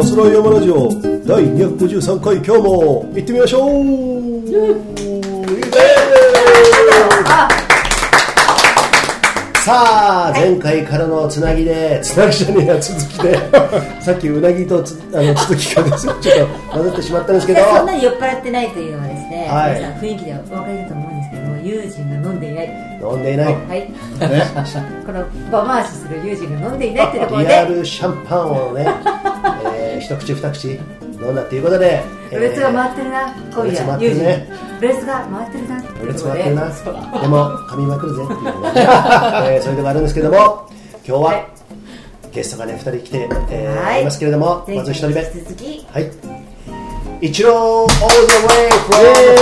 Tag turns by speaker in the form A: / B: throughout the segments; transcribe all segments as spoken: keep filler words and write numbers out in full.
A: ファスライヤマラジオだいにひゃくごじゅうさんかい、今日も行ってみましょう。さあ前回からのつなぎでつなぎじゃねえや続きでさっきうなぎとつあの続きがですねちょっと混ざってしまったんですけど、
B: そんなに酔っ払ってないというのはですね、
A: はい、
B: 皆さん雰囲気でお分かりだと思うんですけども、ユージンが飲んでいない
A: 飲んでいない、
B: はい、この場回しするユージンが飲んでいないってところで
A: リアルシャンパンをね、えー、一口二口飲んだっていうことで、
B: ロレツが回ってるな、今夜ユージンロレツが回ってるな
A: ロレツ回ってるなでも噛みまくるぜっていうのが、ねえー、そういうのがあるんですけども、今日は、はい、ゲストがねふたり来て、えーはい、いますけれども、まずひとりめ、
B: 続き、
A: はい、一郎 all the way from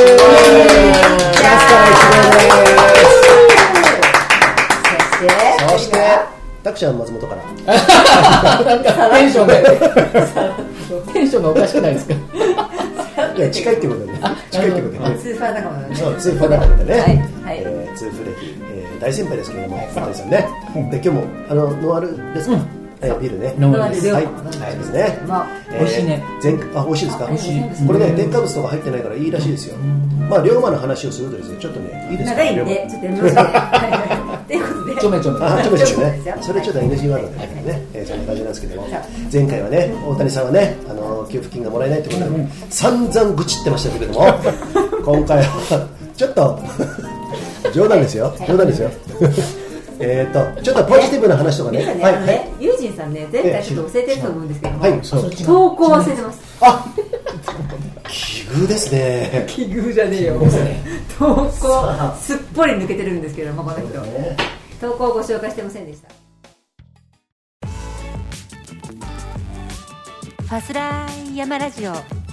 A: そしてタクちゃん松本から
C: テンションがテンションがおかしくないですか。
A: いや近いってことでね、近いってことでね、
B: ツーファー仲間だね、
A: そうツーファー仲間でね、はいはい、えー、ツーフ歴、えー、大先輩ですけれども、大谷さんね、で今日もあのノンアルですか、うん、えー、ビールね、
C: ノンアルです、
A: はい、はいですね、
B: まあ
A: えー、
C: 美味しいね、
A: 全あ美味しいですか、
C: 美味しい、
A: これね添加物とか入ってないからいいらしいですよ。まあ龍馬の話をするとですね、ちょっとねいいですか、
B: 長いんでちょっとやめましょうということで
C: ちょめちょめ
A: あちょめちょめね、それちょっと エヌジー ワードでね、えー、そんな感じなんですけども、前回はね大谷さんはねあの給付金がもらえないってことで、ね、散々愚痴ってましたけれども今回はちょっと冗談ですよ、冗談ですよえっとちょっとポジティブな話とかね、
B: ね、
A: はい、
B: あのね、ユージンさんね、前回ちょっと教えてると思うんですけども、
A: はい、
B: 投稿忘れてます。
A: あ、奇遇ですね。
B: 奇遇じゃねえよ。投稿すっぽり抜けてるんですけども、この人、ね、投稿をご紹介してませんでした。ファスライヤマラジオ。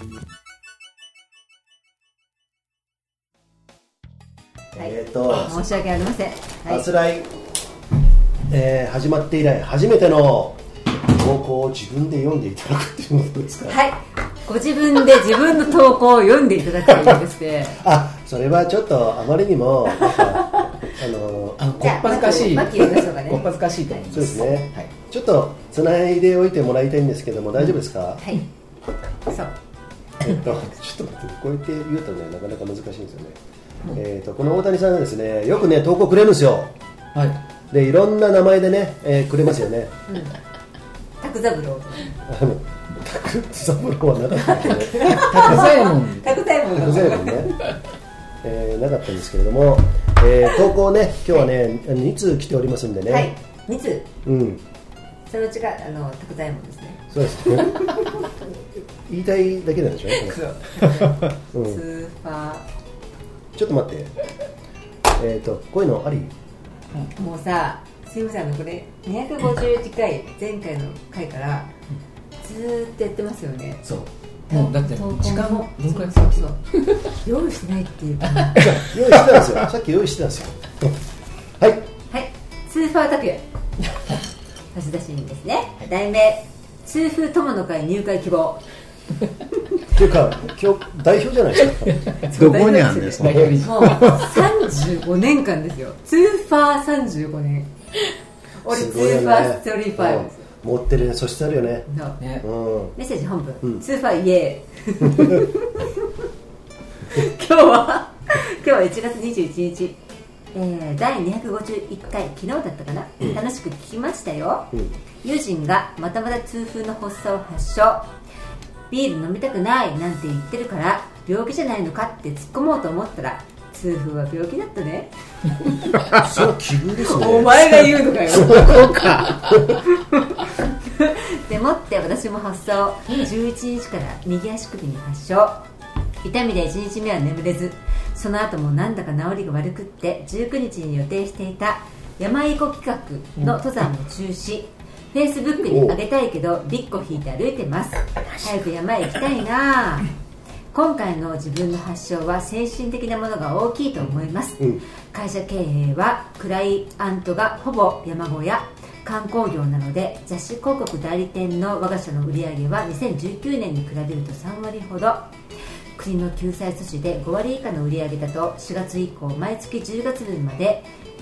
A: えっと
B: 申し訳ありません。
A: ファスライ、えー、始まって以来初めての投稿を自分で読んでいただくっていうことですか。
B: はい、ご自分で自分の投稿を読んでいただくというですね
A: あ、それはちょっとあまりにもなんかあの
C: あのこっぱずかしい、
B: マッキー読みましょうかね。
C: こっぱずかしいと思います。
A: そうですね、
C: はい、
A: ちょっとつないでおいてもらいたいんですけども、大丈夫ですか。
B: はい、そう
A: えっとちょっと待って、こうやって言うとねなかなか難しいんですよね。えー、とこの大谷さんがですねよくね投稿くれるんですよ、はい、でいろんな名前でね、えー、くれますよね、
B: うん、タクザブロー
A: あのタクザブローはなかったけどね
C: タクザエモン
B: タクザエモン
A: タクザエモンね、えー、なかったんですけれども、えー、投稿ね今日はね、はい、に通来ておりますんでね、
B: はい、に通、
A: うん、
B: そのうちがあのタクザエモンですね。
A: そうですね言いたいだけなんでしょうねうん、スーファーちょっと待って、えーと、こういうのあり、
B: うん、もうさ、すいません、あのこれにひゃくごじゅういっかい前回の回からずーっとやってますよね。
C: そう、もうだって時間もどのくらい
B: そうそう用意してないっていうか
A: 用意してたんですよ、さっき用意してたんですよはいはい、
B: スーファータク差出人ですね、はい、題名痛風友の会入会希望
A: っていうか今日代表じゃないですか
D: どこにあるんですか。も
B: うさんじゅうごねんかんですよ。ツーファーさんじゅうごねん。俺ツーファーストリーファイブです。
A: 持ってるね、素質あるよね。
B: ね、うん、メッセージ本文、
A: うん、
B: ツーファーイエー今日は今日はいちがつにじゅういちにち、えー、だいにひゃくごじゅういっかい、昨日だったかな、うん、楽しく聞きましたよ、うん、友人がまたまた痛風の発作を発症、ビール飲みたくないなんて言ってるから病気じゃないのかって突っ込もうと思ったら、痛風は病気だったね
A: そう奇遇ですね。
B: お前が言うのかよ
D: そうか
B: でもって私も発作をじゅういちにちから右足首に発症、痛みでいちにちめは眠れず、その後もなんだか治りが悪くってじゅうくにちに予定していた山行こ企画の登山も中止、フェイスブックに上げたいけどビッコ引いて歩いてます。早く山へ行きたいな。今回の自分の発症は精神的なものが大きいと思います、うん、会社経営はクライアントがほぼ山小屋観光業なので、雑誌広告代理店の我が社の売り上げはにせんじゅうきゅうねんに比べるとさんわりほど、国の救済措置でごわり以下の売り上げだとしがつ以降毎月じゅうがつぶんまで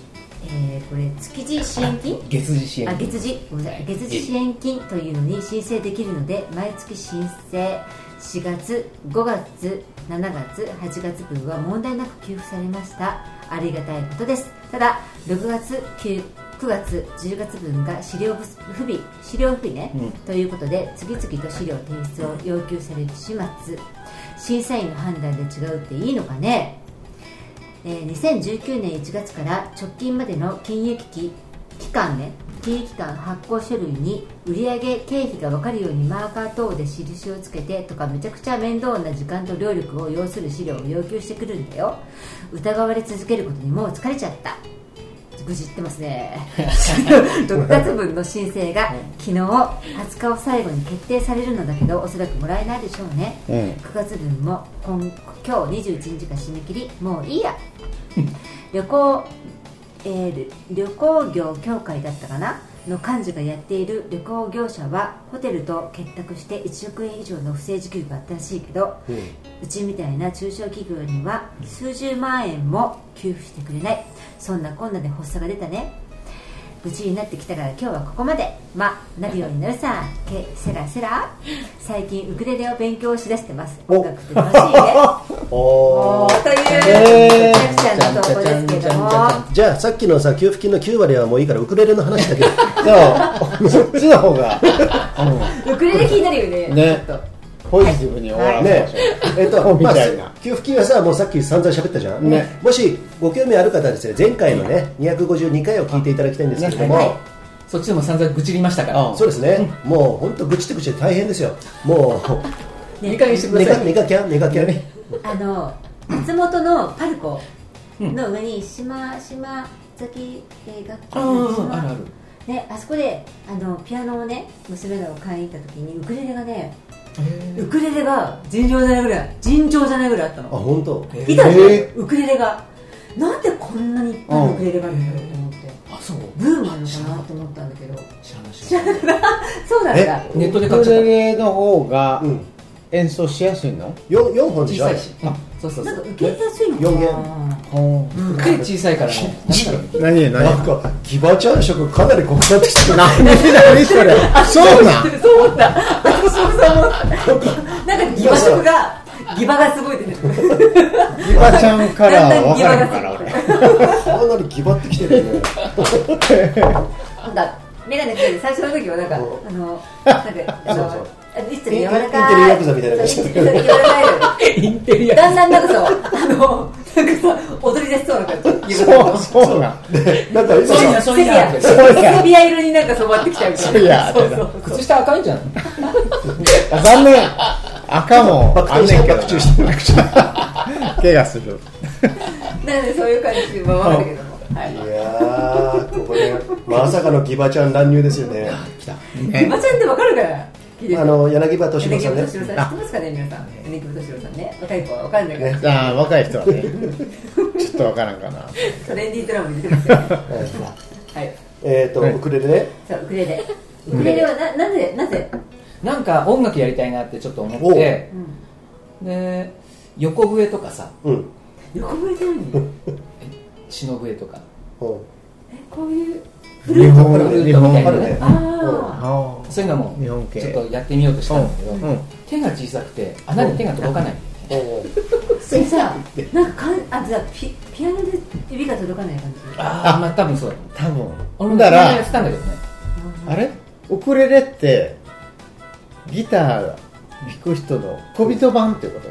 B: えー、これ築地支援金
C: 月次支援
B: あ月次ごめんなさい月次支援金というのに申請できるので毎月申請しがつごがつしちがつはちがつぶんは問題なく給付されました。ありがたいことです。ただろくがつくがつじゅうがつぶんが資料不備資料不備ね、うん、ということで次々と資料提出を要求される始末。審査員の判断で違うっていいのかね。えー、にせんじゅうきゅうねんいちがつから直近までの金融機器期間ね金融機関発行書類に売上経費が分かるようにマーカー等で印をつけてとかめちゃくちゃ面倒な時間と労力を要する資料を要求してくるんだよ。疑われ続けることにもう疲れちゃった。愚痴ってますねろくがつぶんの申請が昨日はつかを最後に決定されるのだけどおそらくもらえないでしょうね、うん、くがつぶんも今, 今日にじゅういちにちが締め切りもういいや旅行、えー、旅行業協会だったかなの幹事がやっている旅行業者はホテルと結託していちおくえん以上の不正受給があったらしいけど、うん、うちみたいな中小企業には数十万円も給付してくれない。そんなこんなで発作が出たね。愚痴になってきたから今日はここまで。まあなるようになるさ。けセラセラ最近ウクレレを勉強しだしてます。音楽って楽しいねおーという
A: えー、
B: ジャクちゃんの投稿ですけども、
A: じゃあさっきのさ給付金のきゅうわりはもういいからウクレレの話だけ
D: そうそっちの方が、
B: うん、ウクレレ気になるよね。
D: ねちょっとポジティブに終わらせましょう、
A: はいねえっとまあ、給付金はさもうさっき散々喋ったじゃん、ね、もしご興味ある方はですね前回のねにひゃくごじゅうにかいを聞いていただきたいんですけれども、ねはい、
C: そっちでも散々愚痴りましたから、
A: うん、そうですね、うん、もう本当愚痴って愚痴って大変ですよ。もう
C: にかいしてください。
A: ネカキャンネカキャンね
B: あの松本のパルコの上に島島崎楽器の
C: あるある
B: ね、あそこであのピアノをね娘らを買いに行った時にウクレレがねウクレレが尋常じゃないぐらい尋常じゃないぐらいあったの。
A: あ本当
B: いたねウクレレがなんでこんなにいっぱいのウクレレがあるんだろうと思って、
C: あそう
B: ブームあるのかなと思ったんだけど
C: 知らない
B: 知らないそうなんだ。
C: ネットで買っちゃった。ウクレ
D: レの方が演奏しやすいの 4,
A: 4本でしょ。
C: 小さいし、あそうそうそう
B: なんか受けやすいのかな。
A: よんげん
C: ウクレレ小さいからね
D: 何何
A: なんかギバちゃん色かなり濃くなってきて
D: 何何それそうなん
B: そう思った私もそう思ったなんかギバ色がギバがすごい出てる
D: ギバちゃんから分からんから俺
A: かなりギバってきてるよね
B: なんだメガネかけて最初の時はなんかあのなんかあの
A: そうそう
B: いつも柔らかい
A: インテリヤクザみたいな感じ
B: で
C: インテリア
B: だんだんなんかそうあのなんかさ踊り出しそうな感じ。
D: そうそうなん
A: なんか今
C: そうやそうや
B: セピア色になんか染まってきちゃうみたいな。
D: そうや
B: そうそう
C: 靴下赤いんじゃん
D: 残念赤もあんねんけど
A: 爆注してる
D: 怪我する
B: なのでそういう感じで回ったけども、はい、
A: いやーここでまさかのギバちゃん乱入ですよね。
C: 来た
B: ギバちゃんってわかるかな。
A: あの柳葉敏郎さんね。
B: 柳葉敏郎さん知ってますかね皆さん。柳葉敏郎さんね若い子はわかんないから、
D: ね、あ若い人はねちょっとわからんかな。
B: トレンディードラマに出てますよねはい
A: えっとウクレレね。
B: そうウクレレウクレレはななぜなぜ
C: なんか音楽やりたいなってちょっと思って、うん、で横笛とかさ、
A: うん、
B: 横笛って何
C: 篠笛とか、
B: うん、えこういう
D: 日本
C: フルートみたいなね、
B: あ
C: あそういうのもちょっとやってみようとしたんだけど、うんうん、手が小さくて穴に手が届かない、
B: うん、それさなんかかんあじゃあ ピ, ピアノで指が届かない感じ。
C: ああまあ多分そうだ
D: 多分
C: 俺もピアノやってたんだけどね、
D: うん、あれウクレレってギター弾く人の小人版ってこと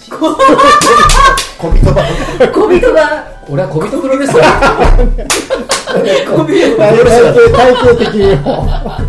A: 小人版
B: 小人版
C: 俺は小人プロレスラー
B: 小人
D: 版体型的にも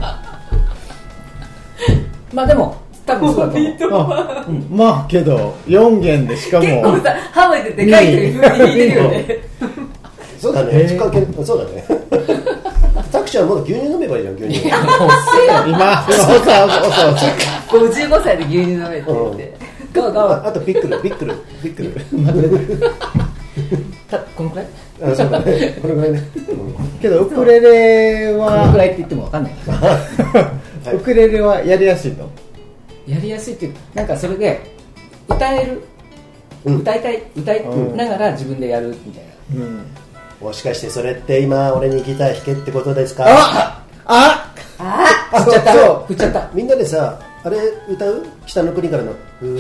C: まあでも多分そうだと思う。
D: あ、うん、まあけどよんげんでしかも
B: 結構さハワイででかいという風に弾いてるよね
A: そうだね時間系そうだねタクちゃんまだ牛乳飲めばいいじゃん牛乳
C: 今
D: 今
B: ごじゅうごさいで牛乳飲めって言って、
C: うん、ゴーゴー
A: あ, あとピックルピックルピックル
C: たこのくらい
A: あそうだねこれぐらいね、
D: うん、けどウクレレは
C: このくらいって言っても分かんない
D: ウクレレはやりやすいの
C: やりやすいっていうなんかそれで歌える、うん、歌いたい歌いながら自分でやるみたいな、うん、
A: もしかしてそれって今俺にギター弾けってことですか？
D: ああ
B: あ
C: 振っちゃった
A: そう
C: 振っちゃった
A: みんなでさあれ歌う北の国からのうー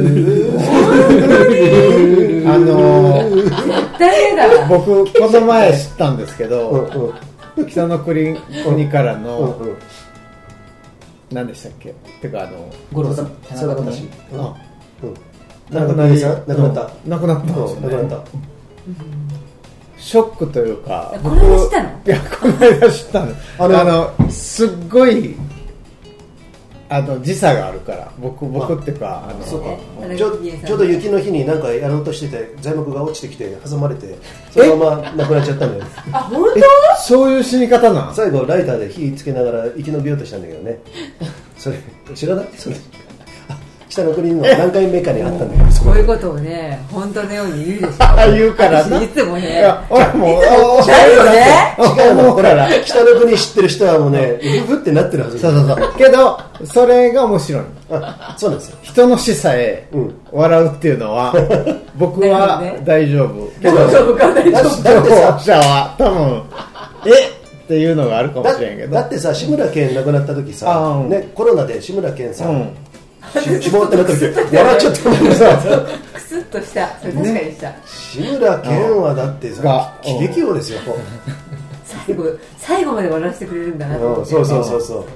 D: あのー、
B: 絶対嫌だわ。
D: 僕この前知ったんですけど、
A: うんうん
D: 北の国国からの、
A: うんうん
D: 何でしたっけってかあの
C: 五郎さん田中君
A: 田中君
D: あ
A: うん亡くなりさん亡くなった
D: 亡くなったんですよね、
A: 亡くなった
D: ショックというか
B: この間知ったの？
D: いやこの間知ったの
A: あ
D: あ
A: の
D: のすっごいあの時差があるから僕僕っていうかあの
A: そうか
B: え
A: ちょちょうど雪の日に何かやろうとしてて材木が落ちてきて挟まれてそのまま亡くなっちゃったんだよ。
B: あ、本
D: えそういう死に方なん
A: 最後ライターで火つけながら生き延びようとしたんだけどね。それ知らない？それあ北の国の何回目かにあったんだけど
B: 当？こういうことをね、本当のように言うでしょ。
D: あ言うからな
B: 私いつも
D: い
B: ね。
D: や俺もう
B: だよね。
A: 違うのほら北の国知ってる人はもうねうふってなってるはず。
D: そうそうそうけどそれが面白い
A: あそうなんですよ。
D: 人の死さえ
A: うん
D: 笑うっていうのは僕は
B: なるほどね
D: 大丈夫けど
B: 大丈夫か大丈夫
A: だだってさ
D: 視聴者は多分えっていうのがあるかも
A: だ
D: しれんけど
A: だってさ志村けん亡くなった時さ、
D: あうん
A: ね、コロナで志村けんさ、
D: うん
A: し死亡ってなった時笑っちゃったもんね。
B: クスッとした。それ確かにした。
A: 志村けんはだってさ
D: が
A: 喜劇王ですよ。
B: 最後最後まで笑わせてくれるんだなと思って。
A: うんそうそうそうそう。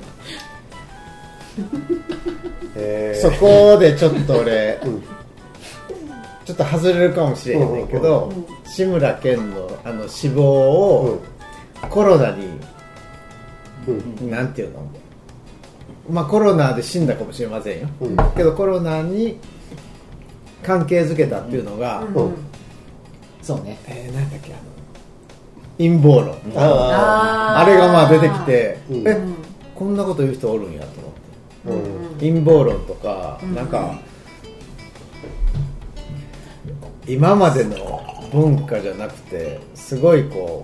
A: えー
D: そこでちょっと俺、
A: うん
D: ちょっと外れるかもしれへんねんけど、志村けんのあの死亡をコロナに、
A: うん
D: なんていうの、まあコロナで死んだかもしれませんよ、
A: うん
D: けどコロナに関係づけたっていうのが、
B: うん
A: うん
C: そうね
D: えー、なんだっけあの陰謀論、
A: あ
B: あー
D: あれがまあ出てきて、
A: うん
D: えこんなこと言う人おるんやと思って。
A: ーうん
D: 陰謀論とか、
B: うん
D: なんか今までの文化じゃなくてすごいこ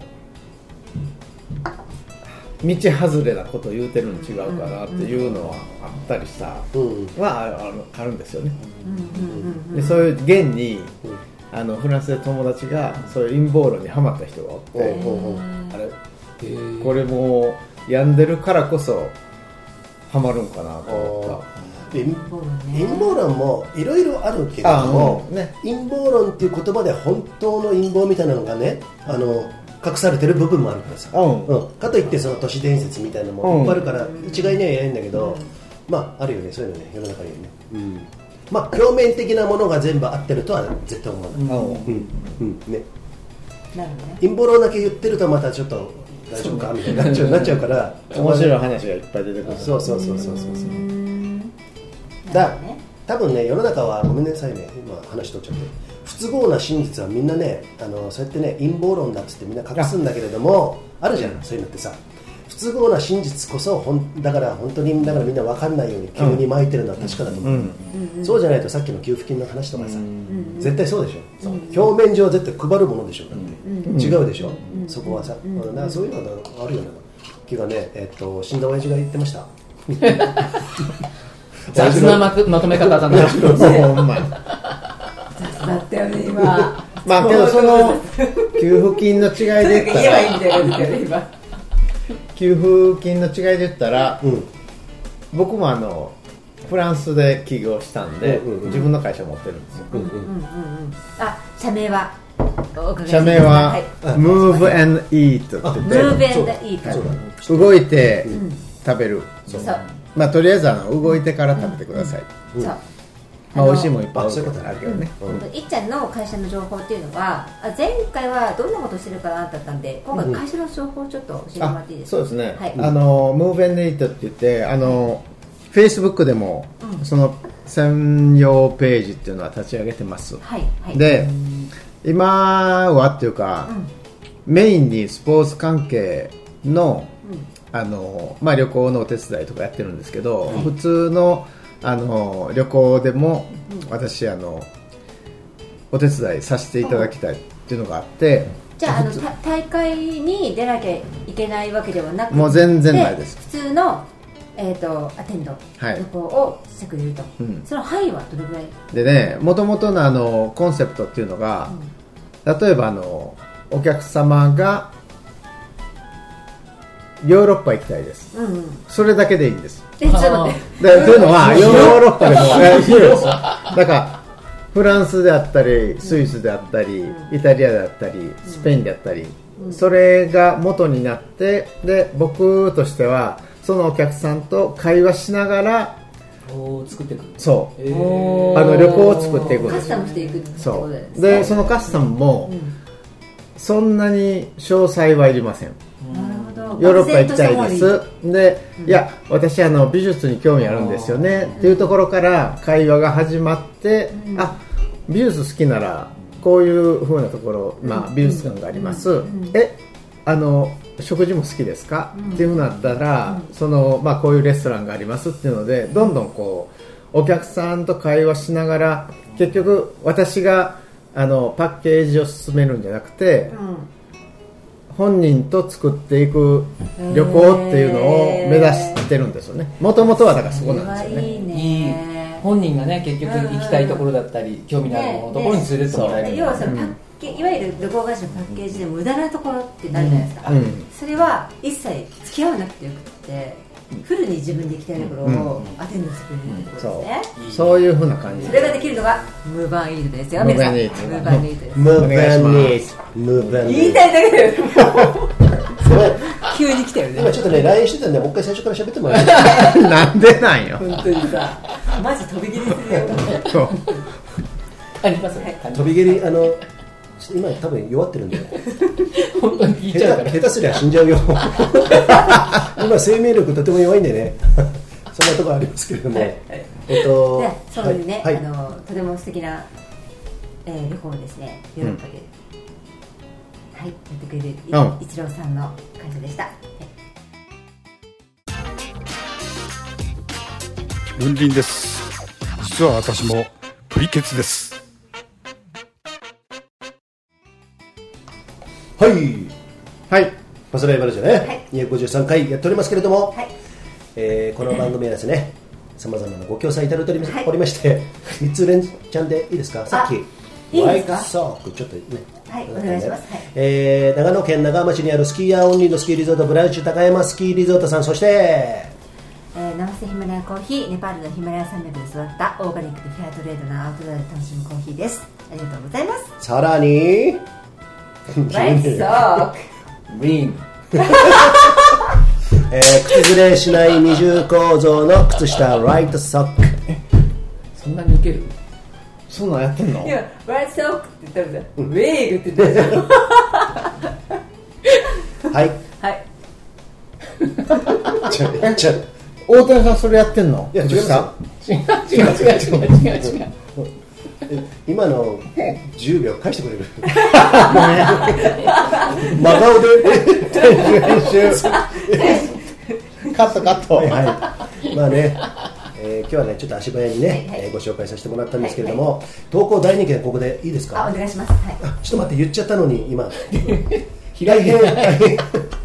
D: う道外れなこと言うてるの違うかなっていうのはあったりした
A: うん
D: はあるあるんですよね。
B: うんうんうん
D: でそういう現に
A: うん
D: あのフランスで友達がそういう陰謀論にはまった人がおって、
A: うんうんうん
D: あれ
C: へー
D: これもう病んでるからこそハマるんかなと思った。
A: 陰
B: そうだね
A: 陰謀論もいろいろあるけれども、
D: うんね
A: 陰謀論っていう言葉で本当の陰謀みたいなのがねあの隠されてる部分もあるからさ、
D: うん
A: うん、かといってその都市伝説みたいなのもいっぱいあるから一概には言えないんだけど、まああるよねそういうのね世の中にはね、うん、まあ表面的なものが全部合ってるとは絶対思わない、
D: うん
A: うんうんね、
B: なるほどね。
A: 陰謀論だけ言ってるとまたちょっと大丈夫かみたいになっちゃうなっちゃうから
D: 面白い話がいっぱい出てくる。
A: そうそうそうそうそうそう
B: うん
A: だ
B: なるほどね。
A: 多分ね世の中はごめんなさいね今話取っちゃって不都合な真実はみんなねあのそうやってね陰謀論だっつってみんな隠すんだけれどもあるじゃんそういうのってさ不都合な真実こそほんだから本当にだからみんな分かんないように急に巻いてるのは確かだと思う、
D: うん
A: そうじゃないとさっきの給付金の話とかさ、
B: ん
A: 絶対そうでしょ、表面上は絶対配るものでしょだって、
B: うん
A: 違うでしょ、そこはさ、うんだからそういうのがあるような気がね、えっと死んだ親父が言ってました
C: 雑なまとまとめ方だな
D: そうほんまに
B: だったよね今。
D: まあけどその給付金の違いで言った
B: 言えばいい
D: ら
B: みたいなことよね今。
D: 給付金の違いで言ったら
A: うん
D: 僕もあのフランスで起業したんで
A: うんうんうん
D: 自分の会社持ってるんですよ。
A: うんうん
B: うんうんうん。あ、社名はお伺いします。
D: 社名は
B: はい。
D: Move and Eat って言って
B: ムーベン
A: そう
B: ダイート。
A: そうだね
D: 動いて食べる、
B: そう。
D: まあとりあえずあの動いてから食べてください、
B: そう。
D: まあ美味しいもんいっぱいある
A: あそういうこと
D: あるけどね、
A: うん
B: いっちゃんの会社の情報っていうのはあ前回はどんなことしてるかなだったんで今回会社の情報をちょっと教えてもらっていいですか。
D: そうですね、
B: はい。
D: あの Move and Eat って言ってあの Facebook でもその専用ページっていうのは立ち上げてます、
B: はいはい。
D: で今はっていうか、メインにスポーツ関係の、あのまあ、旅行のお手伝いとかやってるんですけど、普通のあの旅行でも私あのお手伝いさせていただきたいっていうのがあって
B: じゃああのた大会に出なきゃいけないわけではなくて
D: もう全然ないです
B: 普通の、えー、とアテンド、
D: はい
B: 旅行をしてくれると、
D: うん
B: その範囲はどれぐらい。
D: でねもともとのあのコンセプトっていうのが、例えばあのお客様がヨーロッパ行きたいです、うんうん、それだけでいいんです。
B: え、ちょっと待って。
D: でというのはヨーロッパでもえそうですだからフランスであったりスイスであったり、うん、イタリアであったりスペインであったり、うん、それが元になって、で僕としてはそのお客さんと会話しながら
C: 作っていく。
D: そう、えー、あの旅行を作っていく。
B: カスタムしていくってことですね。
D: そうでそのカスタムも、うん、そんなに詳細はいりません。ヨーロッパ行きたいですで、うん、いや私あの美術に興味あるんですよね、うん、っていうところから会話が始まって、うん、あ美術好きならこういう風なところ、まあ、美術館があります、うん、えあの食事も好きですか、うん、っていう風になったら、うん、そのまあ、こういうレストランがありますっていうのでどんどんこうお客さんと会話しながら結局私があのパッケージを進めるんじゃなくて、うん本人と作っていく旅行っていうのを目指してるんですよね。もともとはだからそこなんですよね。
B: いいね。
C: いい本人がね結局行きたいところだったり興味のあるところに連れてってもらえる、ねね、
B: 要はそのパッケ、うん、いわゆる旅行会社のパッケージで無駄なところってなるじゃないですか、うん、それは一切付き合わなくてよくってフルに自分で行きたいところをアテンドしてくれるってことですね、
D: うんうん、そう、そういう風な感じ
B: それができるのがムーバンイートですよ。
D: ムーバンイー
B: トムーバンイートです。
A: ムーバンイートムーバンイート
B: 言いたいだけだよ急に来たよね。
A: 今ちょっとね ライン してたんでもう一回最初から喋ってもらえ
D: るなんでなんよ
B: 本当にさマジ飛び蹴りするよそう
C: ありますね、
A: はい、飛び蹴りあの今多分弱ってるんで
C: 本当に聞いちゃうから
A: 下手すりゃ死んじゃうよ今生命力とても弱いんでねそんなところありますけれども、はいはい、えっと
B: でそういうね、はい、あのとても素敵な、えー、旅行をですねヨーロッパで、うん、はいやってくれる一郎さんの会社でした。
E: ルンリンです。実は私もプリケツです。
A: はいはいパスライバルじゃね、はい、にひゃくごじゅうさんかいやっておりますけれども、はいえー、この番組はですねさまざまなご協賛いただいておりま、はい、おりましてみっつ連チャンでいいですか。さっき
B: いいですか。
A: ソークちょっとね
B: はいお願いします、はい
A: えー、長野県長浜市にあるスキーヤーオンリーのスキーリゾートブランチ高山スキーリゾートさん、そして、
B: えー、ナマステヒマラヤコーヒーネパールのヒマラヤ山脈で育ったオーガニックでフェアトレードなアウトドアで楽しむコーヒーです。ありがとうございます。
A: さらに
B: ライトソーク
C: グリーン
A: えー、靴ずれしない二重構造の靴下ライトソック。
C: そんなにウケる。
D: そんなんやってんの。
B: いやライトソックって言ったらさ、うん、ウェーグって言ったらさ
A: はい
B: はい
A: ちょちょ
D: 大谷さんそれやってんの。
A: いや違います
C: 違う違う違う違う違う違う
A: 今のじゅうびょう返してくれる真顔で
D: 練習カットカット、
A: はいはい、まあね、えー、今日はねちょっと足早にね、はいはいえー、ご紹介させてもらったんですけれども、はいはい、投稿大人気でここでいいですか。
B: あお願いします、はい、
A: あちょっと待って言っちゃったのに今大変大変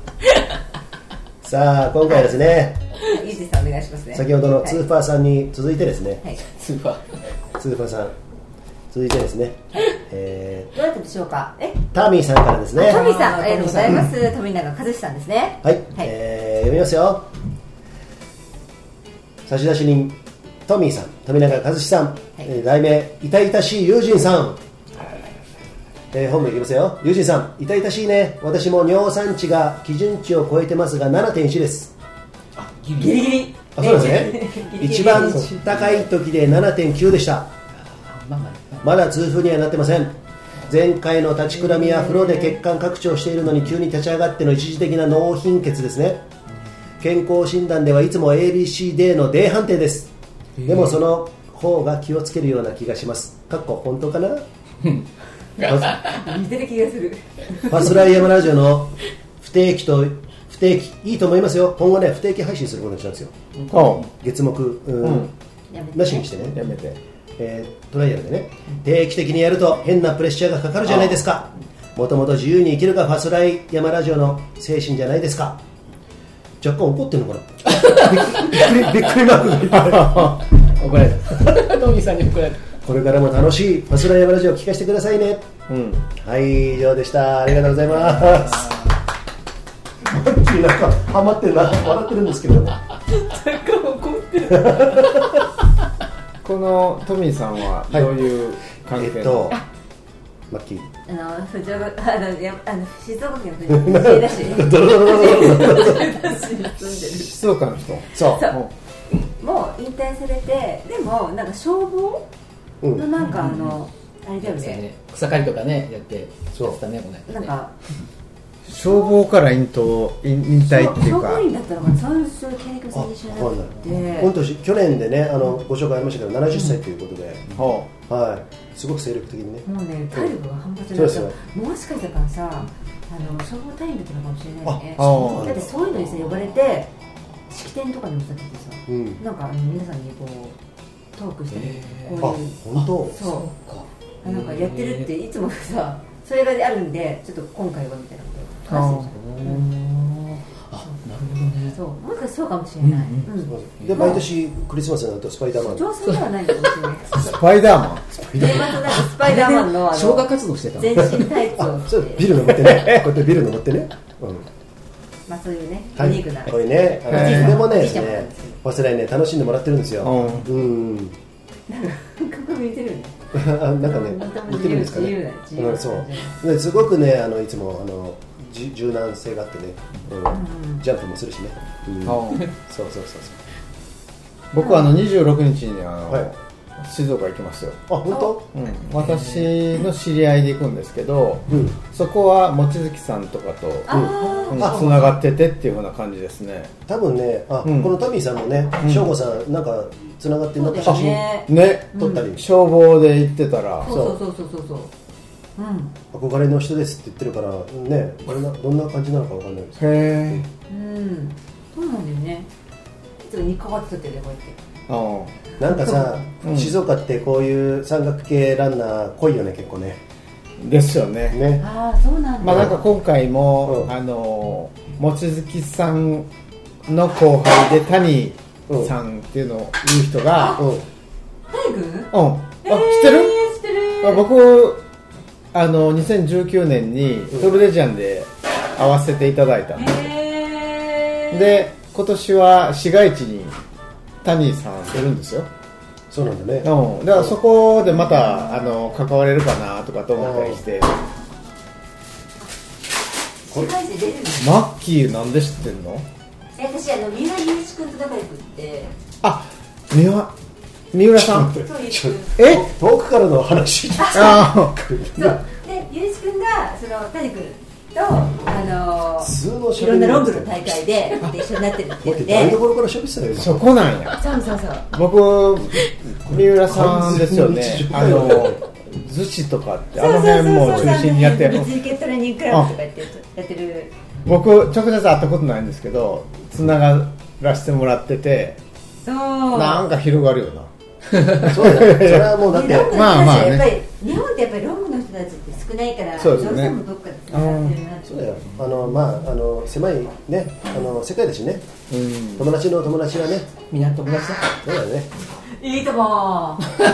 A: さあ今回はですね、
B: はい、いいですお願いしますね。
A: 先ほどのツーファーさんに続いてですね、
B: はい、
C: ツーファ
A: ーツーファーさん続いてですね、はいえー、
B: どうやってでしょうか。え
A: タミーさんからですね。
B: タミーさんありがとうございます。富永和志さんですね。
A: はい、はいえー、読みますよ。差出人トミーさん富永和志さん、はいえー、題名痛々しい友人さん、えー、本名いきますよ。友人さん痛々しいね。私も尿酸値が基準値を超えてますが ななてんいち です。
B: あギリギリギリ
A: あそうですね一番高い時で ななてんきゅう でした。まだ痛風にはなってません。前回の立ちくらみや風呂で血管拡張しているのに急に立ち上がっての一時的な脳貧血ですね。健康診断ではいつも エービーシーディー の D 判定です。でもその方が気をつけるような気がします。かっこ本当かな
B: 似てる気がする。
A: パスライヤマラジオの不定期と不定期いいと思いますよ。今後ね不定期配信することにしたんですよ、うん、月目、うんうん、なしにしてね
D: やめて
A: えー、トライアルでね定期的にやると変なプレッシャーがかかるじゃないですか。もともと自由に生きるがファスライヤマラジオの精神じゃないですか。若干怒ってるのかなびっくりびっくりマークが
C: 怒られたトミーさんに怒られた。
A: これからも楽しいファスライヤマラジオを聞かせてくださいね。
D: うん、
A: はい、以上でした。ありがとうございます。マッキーなんかハマってるな、笑ってるんですけど。なんか
B: 怒ってる。
D: このトミーさんはどういう関係の、
A: はい、えっとマッキー
B: あの藤岡あのやあの静岡県の藤岡だし
D: 静岡の人
A: そう
B: そうもう引退されて、でもなんか消防のなんかあの、うん、あれだよね、
C: 草刈りとかねやって
A: そう
C: やってたね、これ
B: なんか
D: 消防から引退引退っていうか、
B: 消防員だったのかな、そういう経歴を最初になって、
A: 本当去年でね、あのご紹介ありましたけどななじゅっさいということで、
D: うん、
A: はい、すごく精力的にね、
B: もうね体力が半端じゃないから、もしかしたらさ、あの消防隊員だったのかもしれないね。だってそういうのにさ呼ばれて式典とかにもさっててさ、うん、なんかあの皆さんにこうトークしてね、こういう、
A: あ、本当、
B: そうなんかやってるっていつもさ、それがあるんで、ちょっと今回はみたいなことを話してる。
C: あ、なるほどね。
B: そう、もしかしたらそうかもしれない。
A: で毎年クリスマスになるとスパイダーマン。
B: 上手ではないかもしれない。
D: スパイダーマン。
B: スパイダーマンの
C: 消火活動してた。
B: 全身タイツを着て。
A: ビル登ってね、こうやってビル登ってね。
B: まあそういうね、ユニークな。
A: こういうね、でもね、忘れないね、楽しんでもらってるんですよ。うん。
B: なんか似てるよね。
A: なんかね、似てるんですかね。うん、そう。すごくね、あのいつもあの柔軟性があってね、ジャンプもするしね。そうそうそうそう。
D: 僕はあのにじゅうろくにちにあの静岡行きますよ。
A: あ、本当？
D: うん。私の知り合いで行くんですけど、そこは望月さんとかとつながっててっていうような感じですね。
A: 多分ね、あ、このタミーさんもね、翔吾さんなんかつながってなんか写真
D: ね
A: 撮ったり、
D: 消防で行ってたら、
B: そうそうそうそうそう。
A: 憧れの人ですって言ってるからね、どんなどんな感じなのかわかんないです。
D: へえ。
B: うん、そうなんだよね。いつもにかわって撮ってるよこうやって。
A: なんかさ、静岡ってこういう山岳系ランナー濃いよね、結構ね。
D: ですよね。
A: ね。
B: ああ、そうなんだ。
D: まあなんか今回もあの望月さんの後輩で谷さんっていうのを言う人が、
B: 谷君？
D: うん。あ、知ってる？
B: 知ってる。
D: 僕あのにせんじゅうきゅうねんにトルデジャンで会わせていただいたんで、で今年は市街地に谷さんいるんですよ。
A: そうなんだね。
D: うん。だからそこでまたあの関われるかなとかと思ったりして。
B: 市街地出るの？
D: マッキーなんで知ってんの？
B: 私あの三浦雄一君と仲良くって。
D: あ、三浦三浦さん。
A: え？遠くからの話。
B: ああ。そう。で雄一君がその谷君とあのいろんなロングの大会で一緒になってるって言って。
A: 台所から喋ってたよ。
D: そこなんや。
B: そうそうそう。
D: 僕三浦さんですよね。あの逗子とかってあの辺も中心にやってる。
B: ビズケトレーニングクラブとかやってやってる。
D: 僕直接会ったことないんですけど、つながらせてもらってて、
B: そう。
D: なんか広がるよな。
A: そうだよ。それはもうだって
D: まあまあね。
B: やっぱり日本ってやっぱりロングの人たちって少ないから、
D: そうですね。
B: どうしてもどっかでつながってるなって。
A: そうだよ。あのまああの狭いね、あの世界だしね。友達の友達はね、
C: みんな友達だ。
A: そうだよね。
B: いいとも。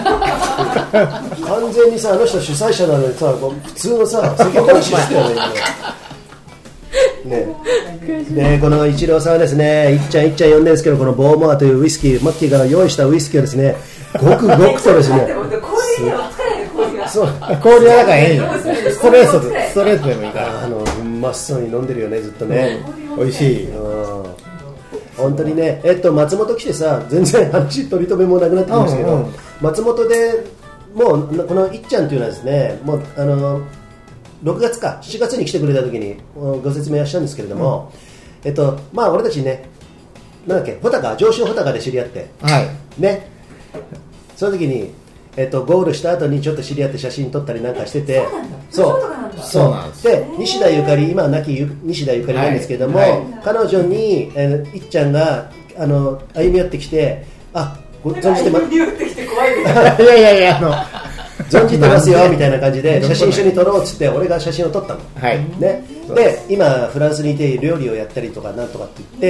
A: 完全にさ、あの人主催者なのにさ、普通のさ、世間話してたよね。ね、でこのイチローさんはですね、いっちゃんいっちゃん呼んでるんですけど、このボーモアというウイスキー、マッキーが用意したウイスキーをですね、ごくごくとですね、
D: そう氷はだからええよ、ストレートでストレートでもいいから、
A: あのうまそうに飲んでるよね、ずっとね、
D: 美味しい。
A: 本当にね、えっと松本来てさ、全然話取り留めもなくなってきましたけど、うんうん、松本でもうこのいっちゃんというのはですね、もうあのろくがつかしちがつに来てくれた時にご説明はしたんですけれども、うん、えっとまあ俺たちね、なんだっけ、穂高、上州穂高で知り合って、
D: はい、
A: ね、その時にえっとゴールした後にちょっと知り合って写真撮ったりなんかしてて、
B: そう
A: そうなんです。で西田ゆかり、今は亡き西田ゆかりなんですけれども、はいはい、彼女に、えー、いっちゃんがあの歩み寄ってきて、あ、ご存じてます。歩み寄ってきて怖いね。いやいやいや、あの存じてますよみたいな感じで写真一緒に撮ろうっつって俺が写真を撮ったの、
D: はい、
A: ね、で今フランスにいて料理をやったりとかなんとかって言って、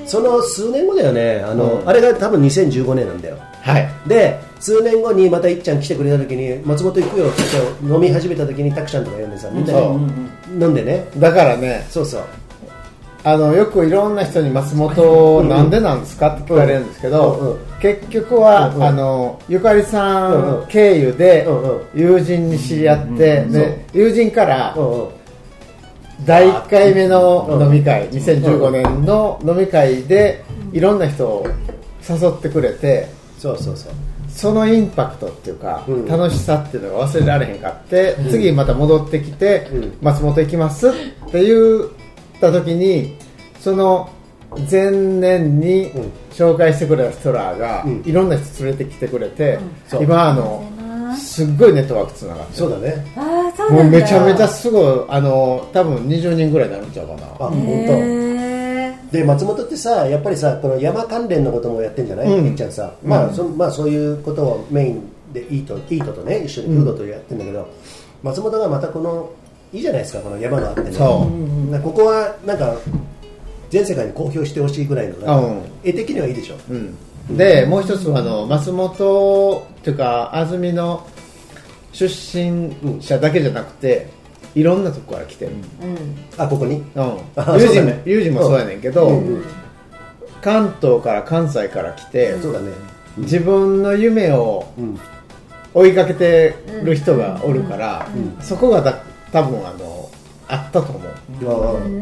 A: その数年後だよね、あの、うん、あれが多分にせんじゅうごねんなんだよ。
D: はい、
A: で数年後にまたいっちゃん来てくれた時に松本行くよって言って飲み始めた時にたくちゃんとか呼んでさ、みんなで飲んでね。
D: だからね、
A: そうそう、
D: あのよくいろんな人に松本なんでなんですかって聞かれるんですけど、うんうん、結局は、うんうん、あのゆかりさん経由で友人に知り合って、うんうん、で友人から、うんうん、だいいっかいめの飲み会、にせんじゅうごねんの飲み会でいろんな人を誘ってくれて、
A: そうそうそう、
D: そのインパクトっていうか、うん、楽しさっていうのが忘れられへんかって、
A: うん、
D: 次また戻ってきて、うん、松本行きますって言った時に、その前年に紹介してくれた人らが、うん、いろんな人連れてきてくれて、うん、今あのすっごいネットワークつながって、
A: そうだね、
B: あ、そうなんだ、
D: もうめちゃめちゃすごい、あの多分にじゅうにんぐらいになるんちゃうかな。あ、
A: 本当。で松本ってさ、やっぱりさ、この山関連のこともやってんじゃない、うん、いっちゃんさ、まあ、うん、そまあそういうことをメインでイート、イートとね一緒にフードとやってるんだけど、うん、松本がまたこのいいじゃないですか、この山があってね、そう、ここはなんか全世界に公表してほしいぐらいの、うん、絵的にはいいでしょ、
D: うん、でもう一つはあの松本っていうか安曇の出身者だけじゃなくて、いろんなとこから来てる、うん、
A: あ、ここに、
D: うん、ユージもそうやねんけど、うんうん、関東から関西から来て、
A: そうだね、
D: 自分の夢を追いかけてる人がおるから、うん、そこがだ多分あのあったと思う、うん、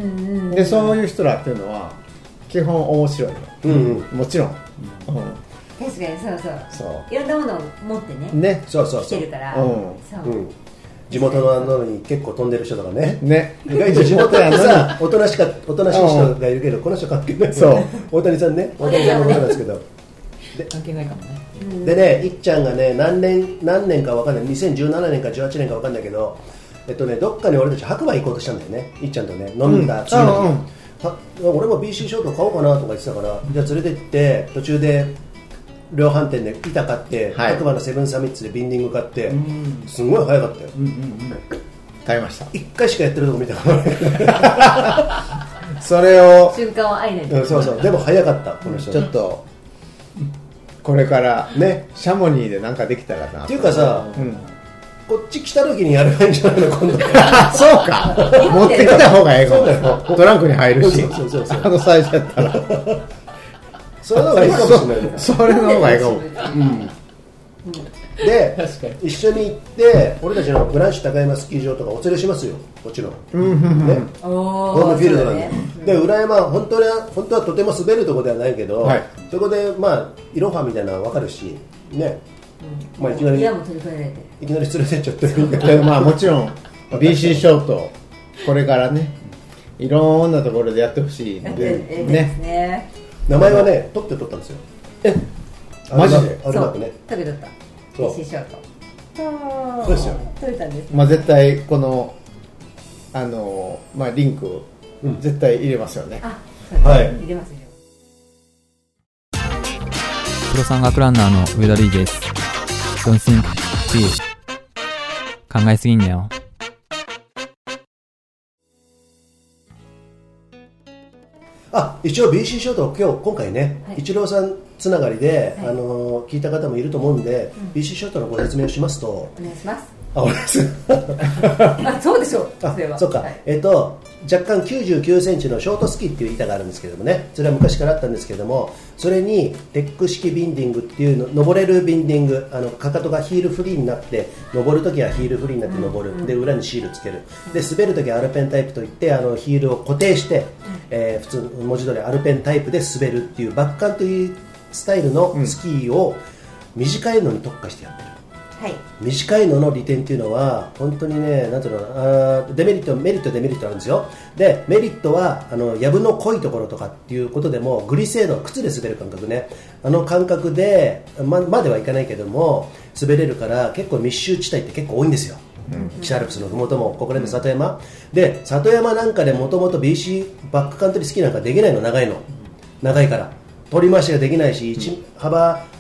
D: でそういう人らっていうのは基本面白いの、うんうん、もちろん、うん、
B: 確かにそうそう、
D: そう
B: いろんなものを持ってね、
A: ね、そうそうそう、
B: 来てるから、
D: うん、
B: そう、うん、
A: 地元ののに結構飛んでる人とかね、
D: ね、
A: 意外と地元やのさ、おとなしかおとなしい人がいるけど、この人関係ない、
D: そう、
A: 大谷さんね、大谷さんのことなんですけど、
C: で関係ないかもね。
A: でね、いっちゃんがね、何年何年かわかんない、にせんじゅうななねんかじゅうはちねんかわかんないけど、えっとね、どっかに俺たち白馬行こうとしたんだよね、いっちゃんとね、飲んだ次の日、うん、俺も ビーシー ショート買おうかなとか言ってたから、じゃあ連れて行って途中で量販店で板買って、はい、白馬のセブンサミッツでビンディング買って、うん、すごい早かったよ、うんうんうん、
D: 買いました。
A: いっかいしかやってるとこ見たから
D: それを
B: 瞬間を愛で、
A: うん、そうそう、でも早かったこの人、
D: ちょっとこれからね、シャモニーでなんかできたらな
A: っていうかさ、うん、こっち来た時にやればいいんじゃないの今度
D: そうか持ってきた方がええかも、トランクに入るし、
A: そうそうそうそう、
D: あのサイズやったら
A: それの方がいいかもしれないね
D: それの方がいいかも、うん、
A: で一緒に行って俺たちのブランシュ高山スキー場とかお連れしますよ、もちろん、うんね、ホームフィールドなんで、ね、で裏山は本当に本当はとても滑るところではないけど、はい、そこでまあイロハみたいなの分かるしね、うん、まあ、いきなりいきなり連れてっちゃって
D: まあもちろん ビーシー ショートこれからねいろんなところでやってほしいんで、
B: ええねね、
A: 名前はね取って取ったんですよ。
D: えマジで
B: アルバックね、取れ取った ビーシー ショート、
A: そうですよ、
B: 取れたんです、
D: まあ、絶対このあの、まあ、リンク、うん、絶対入れますよね。
B: あ、そうです、はい、入れますよ。
F: プロ山岳ランナーの上田瑠衣です。 Don't think feel 考えすぎんなよ。
A: あ、一応 ビーシー ショート今日今回ね、はい、イチローさんつながりで、はい、あの聞いた方もいると思うんで、うん、ビーシー ショートのご説明をしますと、お
B: 願いします。
A: あ、お願いし
B: ますあ、そうでしょう。
A: あ、そうか、はい、えっと若干きゅうじゅうきゅうセンチのショートスキーっていう板があるんですけどもね、それは昔からあったんですけども、それにテック式ビンディングっていうの、登れるビンディング、あのかかとがヒールフリーになって登るときはヒールフリーになって登る、うん、で裏にシールつける、で滑るときはアルペンタイプといってあのヒールを固定して、うん、えー、普通の文字通りアルペンタイプで滑るっていうバックカントリースタイルのスキーを短いのに特化してやってる、はい、短いのの利点っていうのは本当にね、なんていうのかな、あデメリットメリットデメリットあるんですよ。でメリットはあの藪の濃いところとかっていうことでもグリセード、靴で滑る感覚ね、あの感覚で ま, まではいかないけども滑れるから結構密集地帯って結構多いんですよ、うん、北アルプスのふもともここら辺の里山、うん、で里山なんかでもともと ビーシー バックカントリースキーなんかできないの、長いの長いから取り回しができないし、うん、幅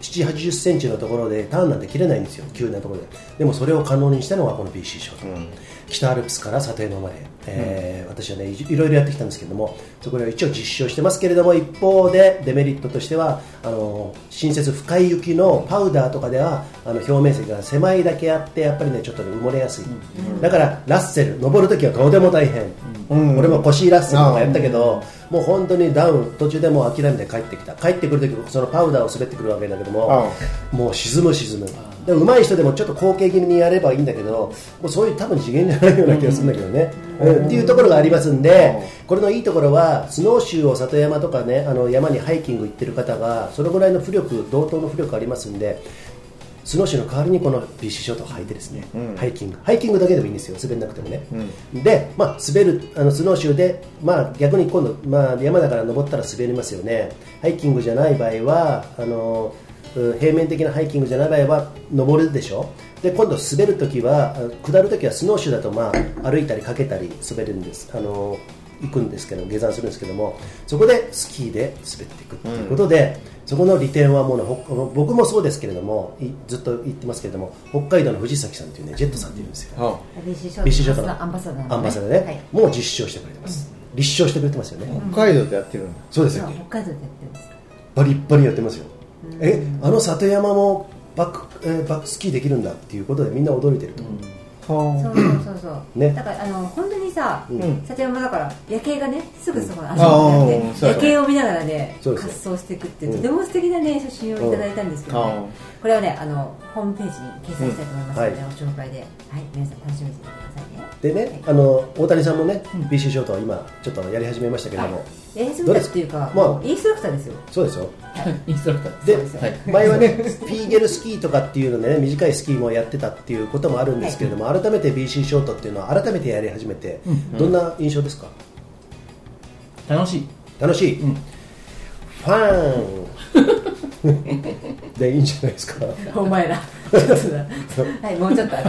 A: ななじゅっはちじゅっセンチのところでターンなんて切れないんですよ、急なところで。でもそれを可能にしたのがこの ビーシー ショート、うん、北アルプスから里山まで、えーうん、私はねいろいろやってきたんですけども、そこでは一応実証してますけれども、一方でデメリットとしてはあの新雪深い雪のパウダーとかではあの表面積が狭いだけあってやっぱりねちょっと、ね、埋もれやすい、うん、だからラッセル登るときはとても大変、うん、俺も腰ラッセルとかやったけど、もう本当にダウン途中でもう諦めて帰ってきた。帰ってくるときそのパウダーを滑ってくるわけだけども、もう沈む沈む。で上手い人でもちょっと後傾気味にやればいいんだけど、もうそういう多分次元じゃないような気がするんだけどね、うんうん、っていうところがありますんで、これのいいところはスノーシューを里山とかね、あの山にハイキング行ってる方がそのぐらいの浮力、同等の浮力ありますんで、スノーシューの代わりにこの ビーシー ショートを履いてですね、うん、ハイキングハイキングだけでもいいんですよ、滑らなくてもね、うん、で、まあ、滑るあのスノーシューで、まあ、逆に今度、まあ、山だから登ったら滑りますよね。ハイキングじゃない場合はあの平面的なハイキングじゃない場合は登るでしょ。で今度滑るときは下るときはスノーシューだと、まあ、歩いたりかけたり滑るんです、あの行くんですけど、下山するんですけども、そこでスキーで滑っていくということで、うん、そこの利点はもう、ね、僕もそうですけれどもずっと言ってますけれども、北海道の藤崎さんというねジェットさんというんですよ、ビーシー ショートのアンバサダー、ね、アンバサダーね、はい、もう実証してくれてます、うん、立証してくれてますよね。
D: 北海道でやってるの？
A: そうですよ、
B: 北海道でやってるんです。
A: バリッバリやってますよ。えあの里山もバック、えー、バックスキーできるんだっていうことでみんな驚いてると思う、
B: うん、そうそうそうそう、ね、だからあの本当にさ、うん、里山だから夜景がねすぐそこにあるので、夜景を見ながらね滑走していくってとても素敵なね写真をいただいたんですけどね、うん、これはねあのホームページに掲載したいと思いますので、うん、はい、ご紹介で、はい、皆さん楽しみにしてくださいね。
A: でね、はい、あの大谷さんもね、うん、ビーシー ショートは今ちょっとやり始めましたけれども、はい、
B: やり始めたっていうか、まあ、インストラクターですよ。
A: そうですよ、
C: はい、インストラクター
A: で、はい、前はねピーゲルスキーとかっていうのでね短いスキーもやってたっていうこともあるんですけれども、はい、改めて ビーシー ショートっていうのは改めてやり始めて、うん、どんな印象ですか？
C: 楽しい
A: 楽しい、うん、ファンでいいんじゃないですか。
B: お前らちょっとだはいもうちょっとあの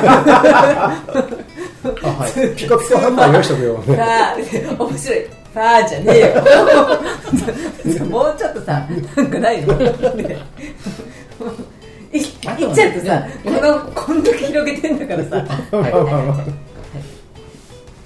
A: あ、はい、ピカピカハンマー用意しとくよ
B: 面白いファーじゃねえよもうちょっとさなんかないのねいっちゃうとさ、このこんだけ広げてんだからさ、はいはい、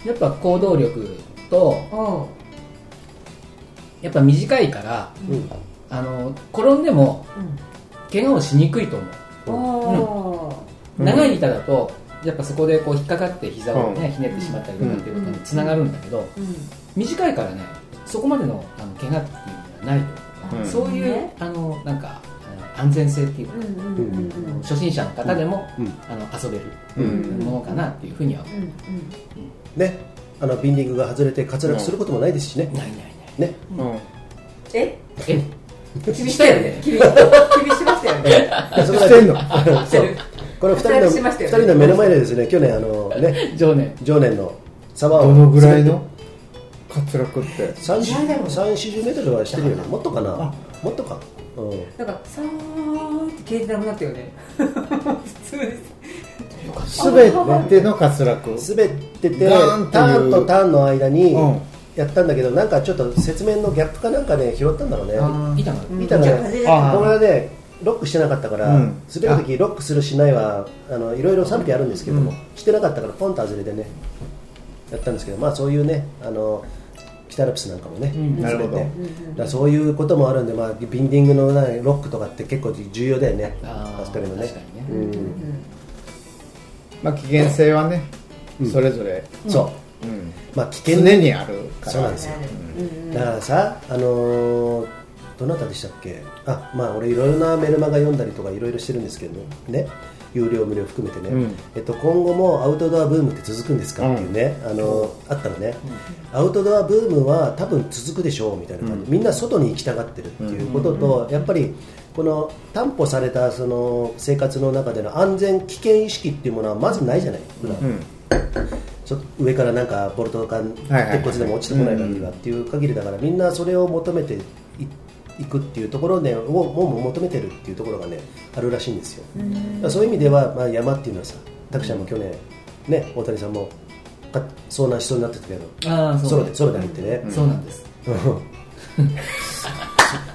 C: やっぱ行動力とやっぱ短いから、うん、あの転んでも、うん、怪我をしにくいと思う、うん、長い板だとやっぱそこでこう引っかかって膝を、ね、ひねってしまったりとかっていうことにつながるんだけど、うんうん、短いからねそこまでのあの怪我っていうのはないと、うん、そういう、ね、あのなんか安全性っていうか、うんうんうん、初心者の方でも、うん、あの遊べるものかなっていうふうには思う、うんうんうん、
A: ね、あのビンディングが外れて滑落することもないですしね、
C: ないないない
A: ね、
B: うん、え
C: え
B: 君したよね君しましたよね
A: そこだけのそうこれふたりのふたりの目の前でですね去年あのね
C: 常年
A: 常年の沢を
D: どのぐらいの滑落って
A: さんじゅう、よんじゅうメートルはしてるよね。もっとかな、もっとか、
B: うん、なんかさーって消えてなくなったよね普通です
D: 滑っての滑落
A: 滑っててターンとターンの間にやったんだけど、なんかちょっと雪面のギャップかなんかね拾ったんだろうね。
C: 板が
A: 板がね、これはねロックしてなかったから、うん、滑るときロックするしないはあのいろいろ賛否あるんですけども、うん、してなかったからポンと外れでねやったんですけど、まあそういうねあの北アルプスなんかもね、うん、なるほど、だそういうこともあるんで、まあ、ビンディングのないロックとかって結構重要だよね。ああそこのね、確かにね、うん、
D: まあ危険性はね、うん、それぞれ、
A: うん、そう、うん、まあ危険
D: 常にあるから。
A: そうなんですよ、うん、だからさあのー、どなたでしたっけ、あまあ俺いろいろなメルマガ読んだりとかいろいろしてるんですけどね、有料無料含めてね、うん、えっと、今後もアウトドアブームって続くんですかっていうね、うん、あのあったのね、うん、アウトドアブームは多分続くでしょうみたいな感じ、うん、みんな外に行きたがってるっていうことと、うん、やっぱりこの担保されたその生活の中での安全危険意識っていうものはまずないじゃない、普段、うん、ちょっと上からなんかボルトとか鉄骨でも落ちてこない限りはっていう限りだから、みんなそれを求めて行くっていうところでをもう求めてるっていうところがねあるらしいんですよ。だそういう意味では、まあ、山っていうのはさ、拓ちゃんも去年ね大谷さんも遭難しそうになってたけど、あそうソロでソロで入ってね、
C: うん、そうなんです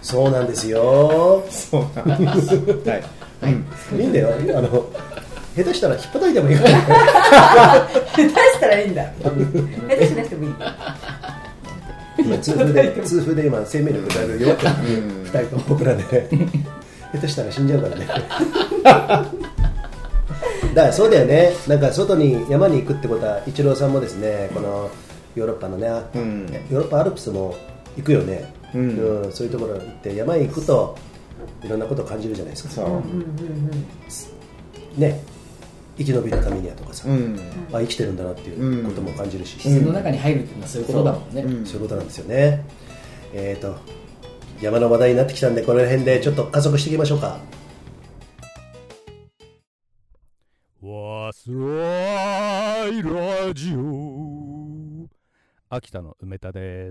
A: そうなんですよ。
D: そうなんです。はい。
A: うん、いいんだよ。あの下手したら引っ叩いてもいいから。
B: 下手したらいいんだ。下手しなくてもいい。
A: 今痛風で痛風で今生命力だいぶ弱ってる。二人とも僕らで下手したら死んじゃうからね。だからそうだよね。なんか外に山に行くってことはイチローさんもですね、このヨーロッパのね、うん、ヨーロッパアルプスも行くよね、うんうん、そういうところに行って山に行くといろんなことを感じるじゃないですか。そう、うんうんうん、ね、生き延びるためにはとかさ、うん、あ生きてるんだなっていうことも感じるし、
C: 自然の中に入るっていうのはそういうことだもんね。
A: そう、うん、そういうことなんですよね。えーと山の話題になってきたんでこの辺でちょっと加速していきましょうか。
E: わすらいラジオ秋田の梅田です。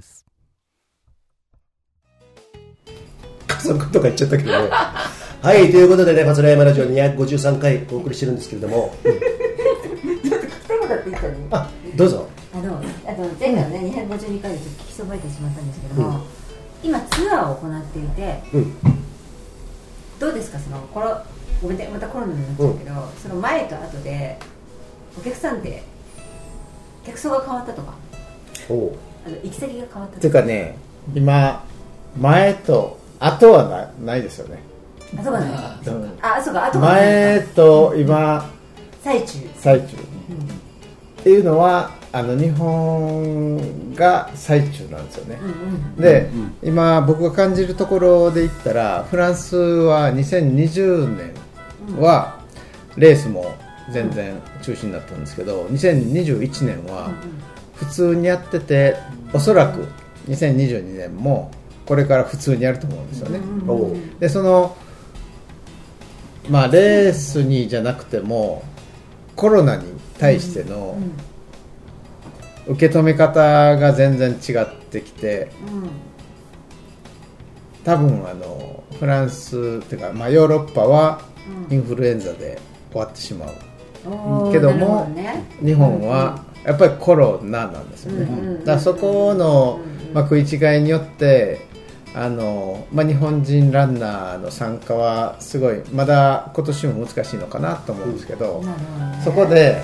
A: 加速とか言っちゃったけどね。はい、ということでね、ファスラヤマラジオにひゃくごじゅうさんかいお送りしてるんですけれども、ちょっと聞きたくなっていいかね。あ、どうぞ。
B: あの、あと前回のね、にひゃくごじゅうにかいでちょっと聞きそばれてしまったんですけども、うん、今ツアーを行っていて、うん、どうですか、そのこのごめんね、またコロナになっちゃうけど、うん、その前と後でお客さんって客層が変わったとか、おあの行き先が変わったとか。
D: っていうかね、今前と後は な, ないですよね。
B: 後がない。あ、そうか、後
D: がない。前と今
B: 最中
D: 最中、うん、っていうのはあの日本が最中なんですよね、うんうん、で、うんうん、今僕が感じるところで言ったらフランスはにせんにじゅうねんはレースも全然中止になったんですけど、にせんにじゅういちねんは普通にやってて、おそらくにせんにじゅうにねんもこれから普通にやると思うんですよね、うんうん、でそのまあレースにじゃなくてもコロナに対しての、うんうん、受け止め方が全然違ってきて、うん、多分あのフランスっていうか、まあ、ヨーロッパはインフルエンザで終わってしまう、うん、けども、ね、日本はやっぱりコロナなんですよね、うん、だからそこの、まあ、食い違いによってあの、まあ、日本人ランナーの参加はすごいまだ今年も難しいのかなと思うんですけど、うん、そこで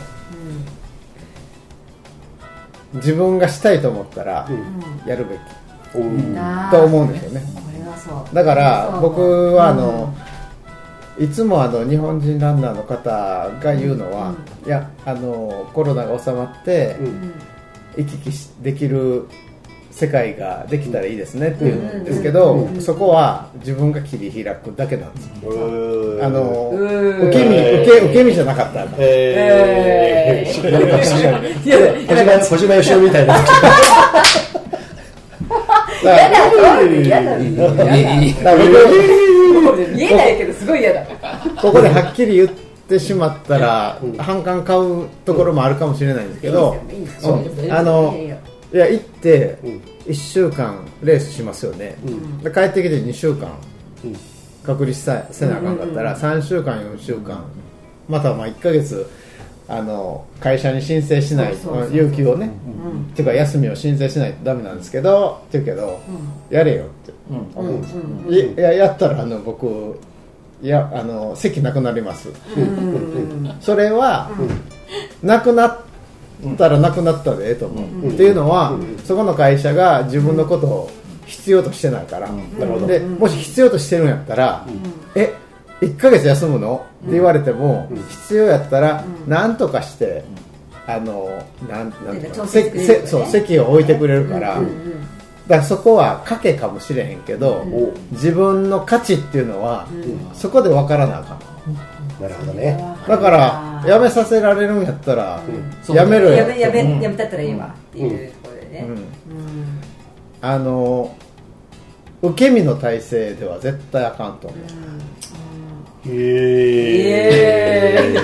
D: 自分がしたいと思ったらやるべき、うん、と思うんですよね。だから僕はあの、うん、いつもあの日本人ランナーの方が言うのは、うん、いやあのコロナが収まって、うん、行き来できる世界ができたらいいですねって言うんですけど、うん、そこは自分が切り開くだけなんですよ。あの受け身受け受け身じゃなかったんだ。えー、なんか
A: 小島よしおみたいな。
B: やだ、やだ、見えないけどすごい嫌だ。
D: ここではっきり言ってしまったら反感買うところもあるかもしれないんですけど、あのいや行っていっしゅうかんレースしますよね、うん、で帰ってきてにしゅうかん隔離させなあかんかったらさんしゅうかんよんしゅうかんまたまあいっかげつあの会社に申請しない有給をね、うん、っていうか休みを申請しないとダメなんですけどって言うけど、うん、やれよって思うんです、うん、いややったらあの僕いやあの席なくなります、うん、それは、うん、なくなったらなくなったでええと思う、うん、っていうのは、うん、そこの会社が自分のことを必要としてないから、うん、でもし必要としてるんやったら、うん、えいっかげつ休むのって言われても、うん、必要やったら何とかして、うん、あのなんなんていうの、せせそう席を置いてくれるから、うんうん、だからそこは賭けかもしれへんけど、うん、自分の価値っていうのは、うん、そこで分からなあかん、
A: なるほどね。
D: だから辞めさせられるんやったら、うん、辞めろよ、
B: やめやめやめたったらいいわっていうところでね、うんうん、
D: あの受け身の体制では絶対あかんと思う、
A: うん、へえ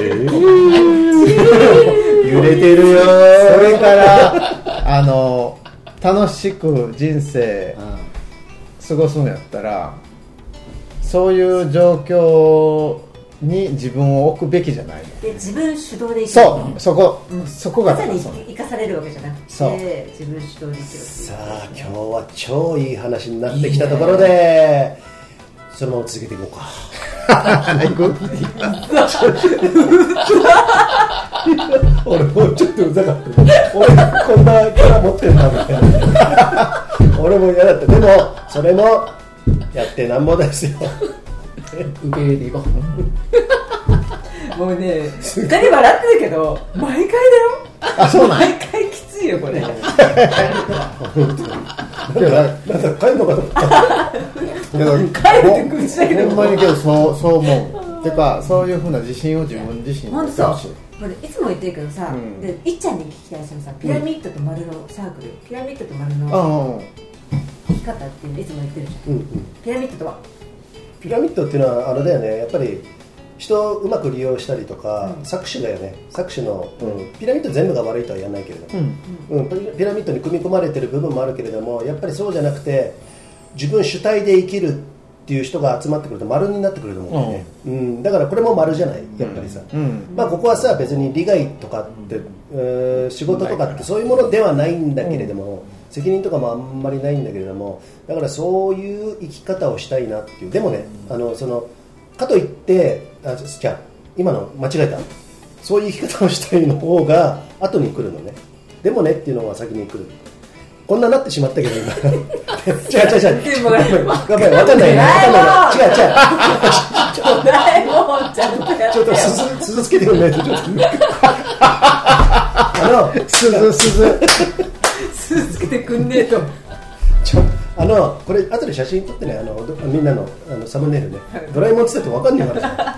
A: 揺れてるよ。
D: それからあの楽しく人生過ごすんやったらそういう状況に自分を置くべきじゃないの
B: で自分主導でいく、
D: そうそこ、うん、そこが
B: まさに生かされるわけじゃなくてして自分主導できる。
A: さあ今日は超いい話になってきたところで、いいそのまま続けていこうか。
D: 行く
A: 俺もうちょっとうざかった。俺こんなキャラ持ってんだみたいな。俺も嫌だった。でもそれもやってなんぼですよ。
C: 受け入れていこ
B: う。もうね、二人笑ってるけど毎回だよ。
D: あ、そうなん。
B: 毎回きついよこれ。
A: なんか帰るのかと思った。
B: 帰るって口だけで
D: ほんまにけどそうそう思う。てかそういう風な自信を自分自身に持ってほしい。
B: いつも言ってるけどさ、うん、でいっちゃんに聞きたいそのさ、ピラミッドと丸のサークル、ピラミッドと丸の生き方っていうのいつも言ってるじゃん、うんうん、ピラミッドとは
A: ピラミッドっていうのはあれだよね、やっぱり人をうまく利用したりとか、うん、搾取だよね、搾取の、うん、ピラミッド全部が悪いとは言わないけれども、うんうん、ピラミッドに組み込まれてる部分もあるけれども、やっぱりそうじゃなくて自分主体で生きるっていう人が集まってくると丸になってくると思うんだよね、うんうん、だからこれも丸じゃないやっぱりさ、うんうん、まあ、ここはさ別に利害とかって、えー、仕事とかってそういうものではないんだけれども、うん、責任とかもあんまりないんだけれども、だからそういう生き方をしたいなっていう。でもね、あのそのかといってあじゃあ今の間違えた、そういう生き方をしたいの方が後に来るのね。でもねっていうのが先に来る。こんななってしまったけど今違う違う違う頑張れ分かんないね、分かんないね、違う違うちょっとちょっと鈴鈴つけてくんないとちょっとあの鈴鈴
B: 鈴つけてくんねえと
A: ちょあのこれ後で写真撮ってね、あのみんなの、あのサムネイルね、ドラえもんつってて分かんないから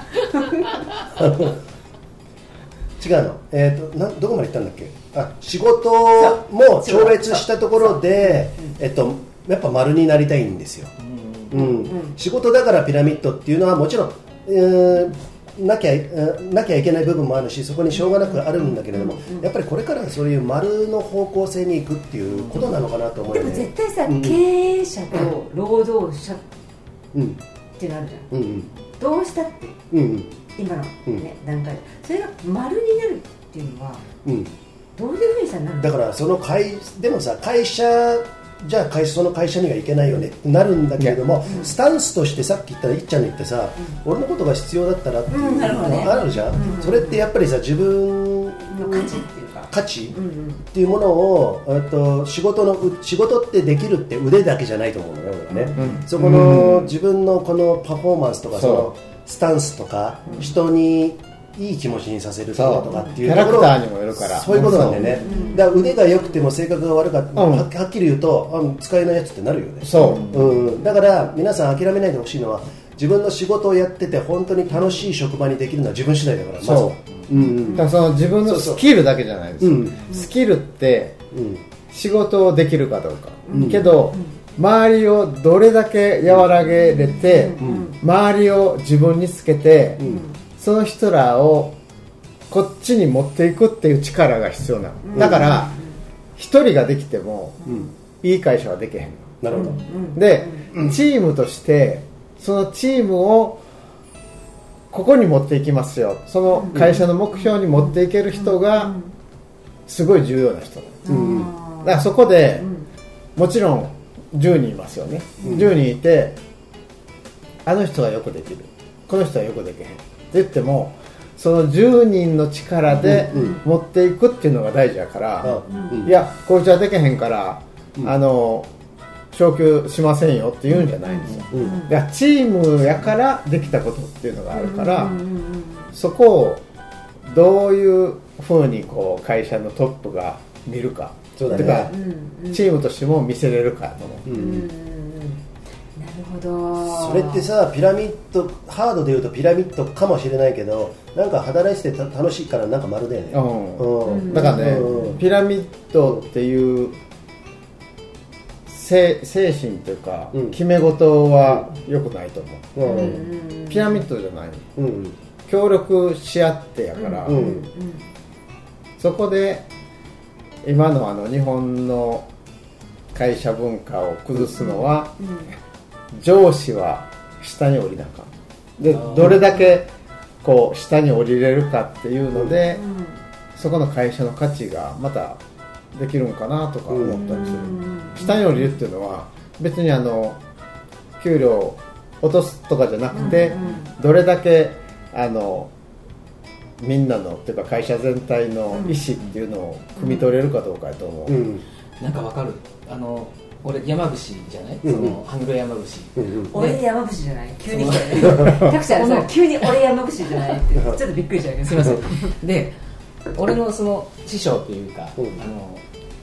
A: 違うの、えーと、などこまで行ったんだっけ。あ、仕事も超越したところで、えっと、やっぱ丸になりたいんですよ、うんうん、仕事だからピラミッドっていうのはもちろん、えー、なきゃ、なきゃいけない部分もあるし、そこにしょうがなくあるんだけれども、やっぱりこれからそういう丸の方向性に行くっていうことなのかなと思うよね。
B: でも絶対さ、うん、経営者と労働者ってなるじゃん、うんうん、どうしたって、うんうん、今の、ね、うん、段階でそれが丸になるっていうのは、うん、どういうふうにさなるの。
A: だからその会でもさ、会社じゃあ会その会社にはいけないよねってなるんだけれども、うん、スタンスとしてさっき言ったらいっちゃんに言ってさ、うん、俺のことが必要だったらっていうのがあるじゃん、うんうん、それってやっぱりさ自分
B: の価値っていうか
A: 価値っていうものを、うんうん、と仕事の仕事ってできるって腕だけじゃないと思うのよ、ね、うん、そこの自分のこのパフォーマンスとかそのスタンスとか、うん、人にいい気持ちにさせるとかっていうところ、
D: キャラクターにもよるから、
A: そういうことなんだよね、うん、だから腕が良くても性格が悪かった、うん、は, はっきり言うと使えないやつってなるよね。
D: そう、
A: うん、だから皆さん諦めないでほしいのは、自分の仕事をやってて本当に楽しい職場にできるのは自分次第だから、まずそう、
D: うんうん、だからその自分のスキルだけじゃないですよ、うん、スキルって仕事をできるかどうか、うん、けど、うん、周りをどれだけ和らげれて、うん、周りを自分につけて、うん、その人らをこっちに持っていくっていう力が必要なの。だから一人ができてもいい会社はできへんの。
A: なるほど。
D: で、チームとしてそのチームをここに持っていきますよ、その会社の目標に持っていける人がすごい重要な人なんです。だからそこでもちろんじゅうにんいますよね。じゅうにんいて、あの人はよくできる、この人はよくできへんって言っても、そのじゅうにんの力で持っていくっていうのが大事だから、いやこいつはできへんから、あの昇給しませんよって言うんじゃないんですよ、うん、だからチームやからできたことっていうのがあるから、うん、そこをどういうふうにこう会社のトップが見るか、そうだね、かチームとしても見せれるかと思う、うんうん、なる
B: ほど。
A: それってさ、ピラミッドハードでいうとピラミッドかもしれないけど、なんか働いてて楽しいからなんか丸だよね、うん
D: うん、だからね、うん、ピラミッドっていう精神というか、うん、決め事は良くないと思う、うん、ピラミッドじゃない、うん、協力し合ってやから、うんうん、そこで今のあの日本の会社文化を崩すのは、うんうん、上司は下に降りなかんで、どれだけこう下に降りれるかっていうので、うん、そこの会社の価値がまたできるんかなとか思ったりする。下に降りるっていうのは別にあの給料落とすとかじゃなくて、どれだけあのみんなのっていうか会社全体の意思っていうのを汲み取れるかどうかやと思う、うん、
C: なんかわかる。あの俺山伏じゃない、うん、その半グレ山伏、うん、
B: 俺山伏じゃない急に来たねタクシーさ急に俺山伏じゃないってちょっとびっくりしちゃうけど
C: すいませんで俺のその師匠というか、うん、あの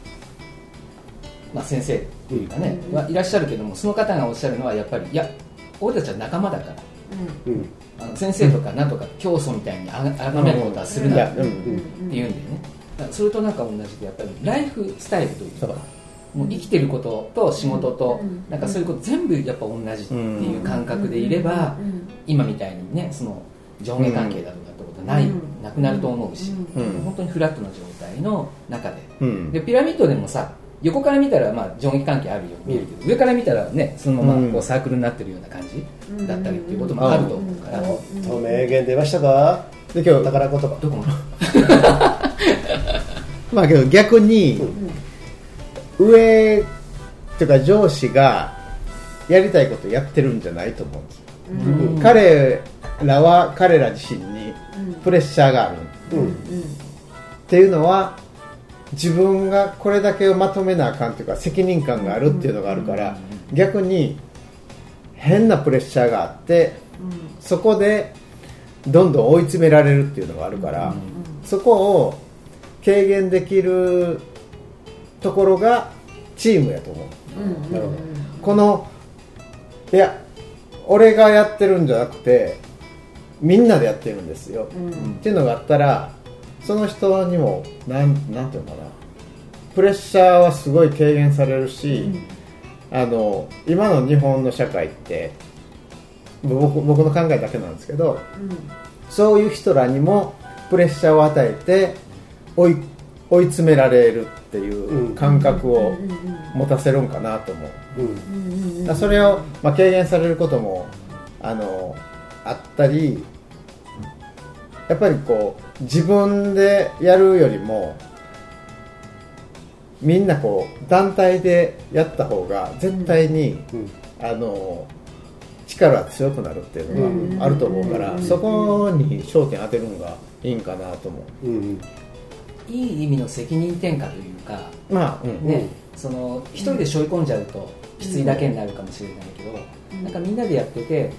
C: まあ、先生っていうかね、うん、はいらっしゃるけども、その方がおっしゃるのはやっぱりいや俺たちは仲間だから、うん、あの先生とかなんとか教祖みたいにあがめることはするなって言うんだよね。だからそれとなんか同じでやっぱりライフスタイルというか、もう生きてることと仕事となんかそういうこと全部やっぱ同じっていう感覚でいれば、今みたいにねその上下関係だとかってことはない、なくなると思うし、本当にフラットな状態の中で、でピラミッドでもさ横から見たらまあ上下関係あるように見えるけど、うん、上から見たらねそのままこうサークルになってるような感じだったりっていうこともあると思うから、
A: と名言出ましたか。で今日宝言葉
C: どこも
D: まあけど逆に、うん、上っていうか上司がやりたいことやってるんじゃないと思うんですよ、うん、彼らは彼ら自身にプレッシャーがある、うんうん、っていうのは自分がこれだけをまとめなあかんというか責任感があるっていうのがあるから、逆に変なプレッシャーがあってそこでどんどん追い詰められるっていうのがあるから、そこを軽減できるところがチームやと思う。なるほど。このいや俺がやってるんじゃなくてみんなでやってるんですよ、うん、っていうのがあったらその人にもなんなんていうのかな、プレッシャーはすごい軽減されるし、うん、あの今の日本の社会って僕、僕の考えだけなんですけど、うん、そういう人らにもプレッシャーを与えて追い、追い詰められるっていう感覚を持たせるんかなと思う、うんうん、それを、まあ、軽減されることも あの、あったり、やっぱりこう自分でやるよりもみんなこう団体でやった方が絶対に、うんうん、あの力が強くなるっていうのがあると思うから、うん、そこに焦点当てるのがいいんかなと思う、うん、
C: いい意味の責任転嫁というか、
D: まあうん
C: ね、その一人で背負い込んじゃうときついだけになるかもしれないけど、うん、なんかみんなでやってて、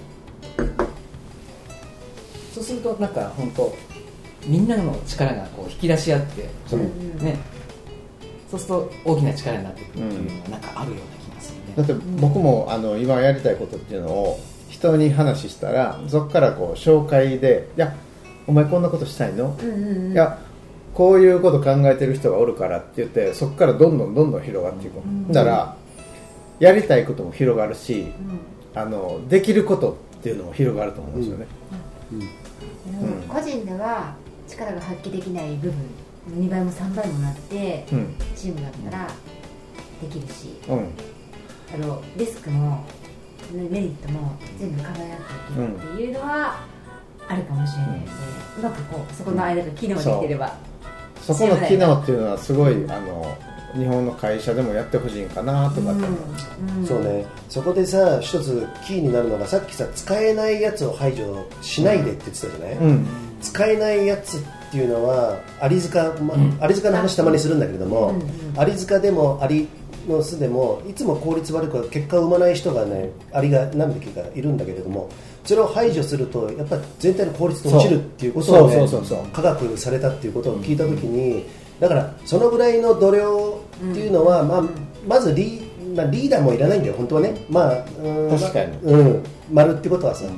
C: そうするとなんか本当みんなの力がこう引き出し合って、うんね、そうすると大きな力になってくるっていうのがなんかあるような気がするね。
D: だって僕もあの今やりたいことっていうのを人に話したら、そこからこう紹介で、いやお前こんなことしたいの、うんうんうん、いやこういうこと考えてる人がおるからって言って、そこからどんどんどんどん広がっていく、うん、だからやりたいことも広がるし、うん、あのできることっていうのも広がると思うんですよね、うんうん
B: うん、個人では力が発揮できない部分にばいもさんばいもなって、うん、チームだったらできるし、うん、あのリスクもメリットも全部考え合っていけるっていうのはあるかもしれないので、うん、うまくこうそこの間が機能できてれば、
D: うん、そ, そこの機能っていうのはすごい、うん、あの日本の会社でもやってほしいんかなとかって、
A: うんうん、そうね。そこでさ一つキーになるのが、さっきさ使えないやつを排除しないでって言ってたじゃない、うん、使えないやつっていうのはアリ塚、ま、アリ塚の話たまにするんだけれども、うんうん、アリ塚でもアリの巣でもいつも効率悪く結果を生まない人がね、アリが何匹かいるんだけれども、それを排除するとやっぱり全体の効率が落ちるっていうことをね、科学されたっていうことを聞いたときに、だからそのぐらいの度量っていうのは、うんまあ、まずリー、まあ、リーダーもいらないんだよ本当はね、まあ、うん
D: 確かに、
A: うん、丸ってことはさ、うん、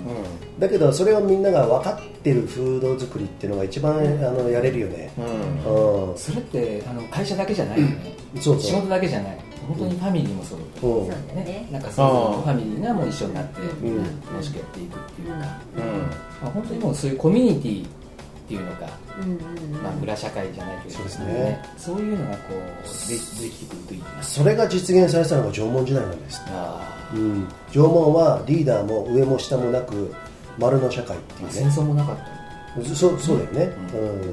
A: だけどそれをみんなが分かってるフード作りっていうのが一番、うん、あのやれるよね、
C: うんうん、それってあの会社だけじゃないよね、そうそう仕事だけじゃない、本当にファミリーもそうだと思う、うんね、なんかそういうファミリーがもう一緒になって楽しくやっていくっていうか、うんまあ、本当にもうそういうコミュニティっていうのか、うんうんうんまあ、裏社会じゃないけど、そうですね、そういうのがこうでできてくるといいな。
A: それが実現されたのが縄文時代なんです。あ、うん、縄文はリーダーも上も下もなく丸の社会っていうね。
C: 戦争もなかった。
A: そ, そうだよね、うんうん、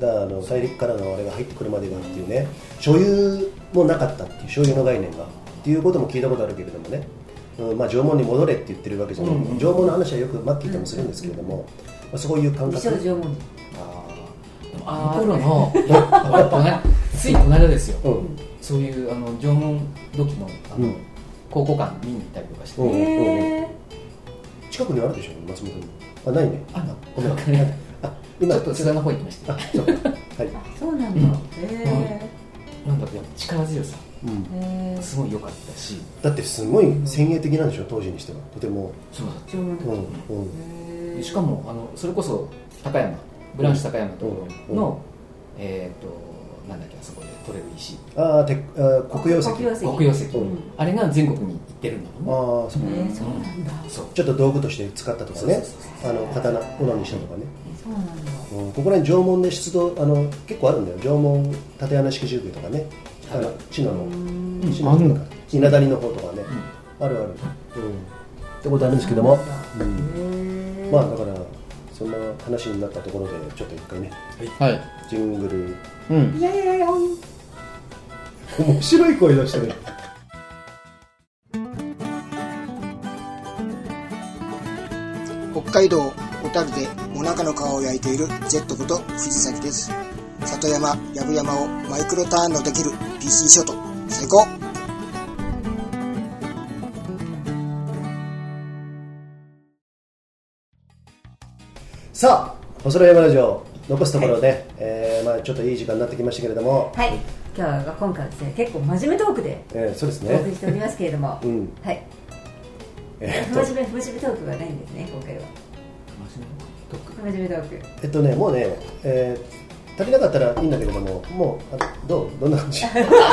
A: があの大陸からのあれが入ってくるまでがっていうね、所有もなかったっていう、所有の概念がっていうことも聞いたことあるけれどもね、うん、まあ縄文に戻れって言ってるわけじゃない、うんうん、縄文の話はよくマッキーともするんですけれども、まあ、そういう感覚。
B: 縄文人。
C: あの頃のやっぱね、ついこの間ですよ、うん、そういうあの縄文土器のあの、うん、考古館見に行ったりとかして、
B: へー、
A: 近くにあるでしょ松本に。あ、ないね。
C: あ、
A: ごめん。
C: あ、今ちょっと津田の方行きました。
A: あ、そうか。はい。
B: そうなんだ。
C: うん、
B: へ
C: ー、なんだろう、力強さ、うん、すごい良かったし、
A: だってすごい先鋭的なんでしょ、当時にしては。とても。
C: そうだ。
B: 縄文土器。
C: うんうん、しかもあのそれこそ高山、ブランシュ高山のところの、うんうん、えっ、ー、となんだっけ、あそこで取れる石、
A: ああ、てあ黒曜石、
C: 黒曜石、うん、あれが全国に行ってるんだもんね。
A: ああ、そう、
B: えー、そうなんだ。
A: そう、ちょっと道具として使ったとかね、あの刀、斧にしたとかね。
B: そうなんだ。
A: うん、ここら辺縄文で出土、あの結構あるんだよ。縄文竪穴式住居とかね、あの信濃の信濃とか稲谷の方とかね、うん、あるある、うん、ってことあるんですけども、うん、まあだからそんな話になったところでちょっと一回ね、
D: はい、
A: ジングル、
D: うん、
B: いやいやいや、
A: 面白い声出してる。
G: 北海道小樽でもなかの皮を焼いているジェットこと藤崎です。里山、藪山をマイクロターンのできる ピーシー ショート、最高。
A: さあ、細野山ラジオ残すところで、はい、えーまあ、ちょっといい時間になってきましたけれども、
B: はい、今日は今回はですね、結構真面目トークで、
A: えー、そうですね、
B: お送りしておりますけれども、うん、はい、
A: えー、
B: 不真面目、不真面目トークがないんですね、今回は。真面目トーク。
A: えっとね、もうね、えー、足りなかったらいいんだけれども、もうあどうどんな感じ？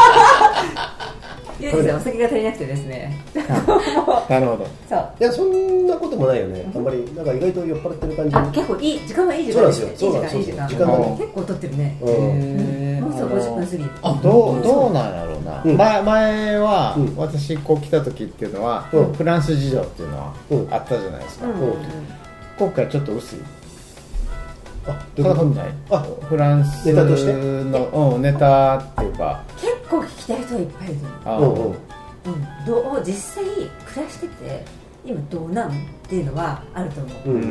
B: いやですね、お酒が足りなくてですね。
D: なるほど。
B: そう。
A: いや、そんなこともないよね。あんまりなんか意外と酔っ払ってる感じ。
B: あ、結構いい時間はいい時間ですね。
A: そうなんですよ。
B: いい時間、いい時
A: 間。時間が
B: 結構取ってるね。もうすぐごじゅっぷん過ぎ。
D: あ、どうどうなんやろうな。前前は私こう来た時っていうのはフランス事情っていうのはあったじゃないですか。今回ちょっと薄い。あ、そんなことない。あ、フランスのネタとしての、うん、ネタっていうか。
B: 結構聞きたい人はいっぱいいる。あ、うんうん。どう実際暮らしてて今どうなんっていうのはあると思う。うんうんうん。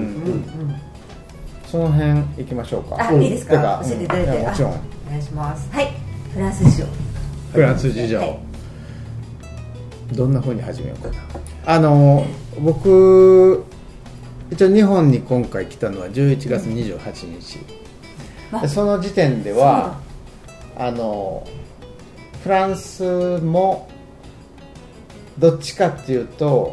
D: その辺行きましょうか。
B: あ、いいですか。教えていただいて。
D: もちろん。
B: お願いします。はい。フランス事情。
D: フランス事情。どんな風に始めようかな。あの僕。一応日本に今回来たのはじゅういちがつにじゅうはちにち、うん、その時点ではあのフランスもどっちかっていうと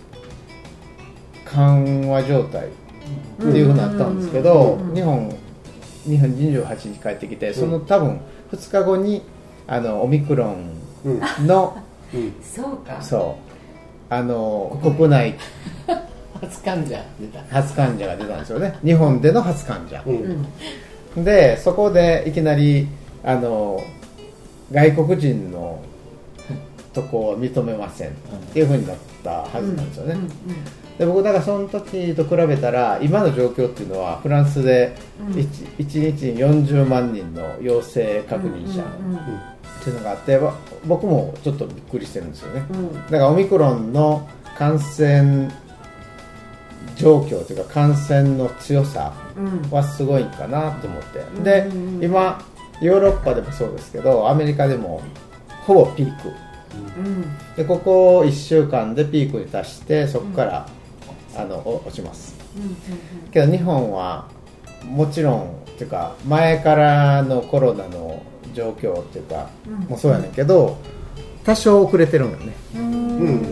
D: 緩和状態っていうふうになったんですけど、日本日本にじゅうはちにち帰ってきて、その多分ふつかごにあのオミクロンの、
B: うん、そうか、
D: そうあの国内
C: 初患者出た
D: 初患者が出たんですよね。日本での初患者、うん、でそこでいきなりあの外国人のとこを認めませんっていうふうになったはずなんですよね、うんうんうん、で僕だからその時と比べたら今の状況っていうのはフランスで 1, いちにちによんじゅうまんにんの陽性確認者っていうのがあって、僕もちょっとびっくりしてるんですよね、うん、だからオミクロンの感染状況というか感染の強さはすごいかなと思って、うん、で、うん、今ヨーロッパでもそうですけどアメリカでもほぼピーク、うん、でここいっしゅうかんでピークに達してそこから、うん、あの落ちます、うんうんうん、けど日本はもちろんというか前からのコロナの状況というか、うん、もうそうやねんけど多少遅れてるんだよね、うん、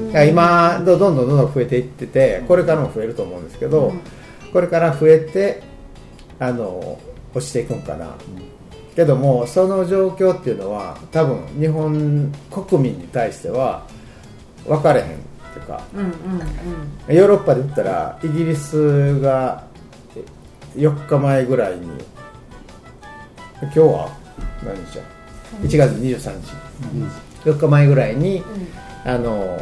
D: 今どんどんどんどん増えていっててこれからも増えると思うんですけど、うん、これから増えてあの落ちていくんかな、うん、けどもその状況っていうのは多分日本国民に対しては分かれへんっていうか、うんうんうん、ヨーロッパで言ったらイギリスがよっかまえぐらいに今日は何日やいちがつにじゅうさんにち、うん、よっかまえぐらいに、うん、あの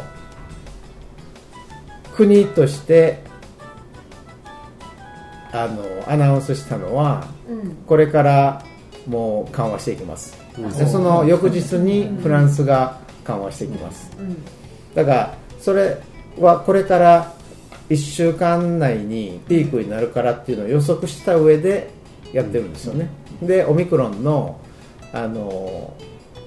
D: 国としてあのアナウンスしたのは、うん、これからもう緩和していきます、うん、でその翌日にフランスが緩和していきます、うん、だからそれはこれからいっしゅうかん内にピークになるからっていうのを予測した上でやってるんですよね。でオミクロンのあの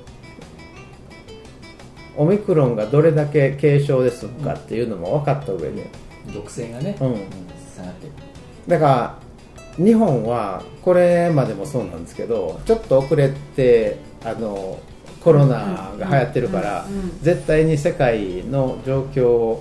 D: オミクロンがどれだけ軽症ですかっていうのも分かった上で、
C: 毒性がね、
D: うん、
C: 下がってる。だ
D: から日本はこれまでもそうなんですけど、ちょっと遅れてあのコロナが流行ってるから、絶対に世界の状況を、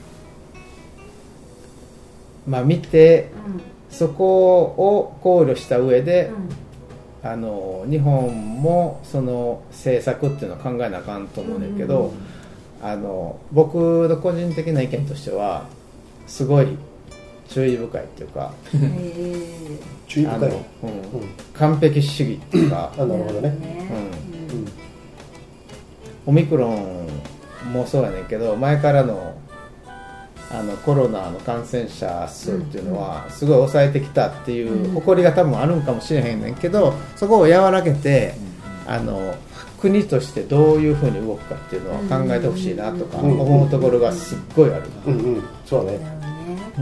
D: まあ、見て、そこを考慮した上で、あの日本もその政策っていうのを考えなあかんと思うねんけど、あの僕の個人的な意見としてはすごい注意深いっていうか
A: 注意深い、うんうん、
D: 完璧主義っていうか
A: あ、なるほどね、
D: うんうん、オミクロンもそうやねんけど、前からのあのコロナの感染者数っていうのはすごい抑えてきたっていう誇りが多分あるんかもしれへんねんけど、そこを和らげてあの国としてどういうふうに動くかっていうのは考えてほしいなとか思うところがすっごいある。
A: うんうん、そうね、うん、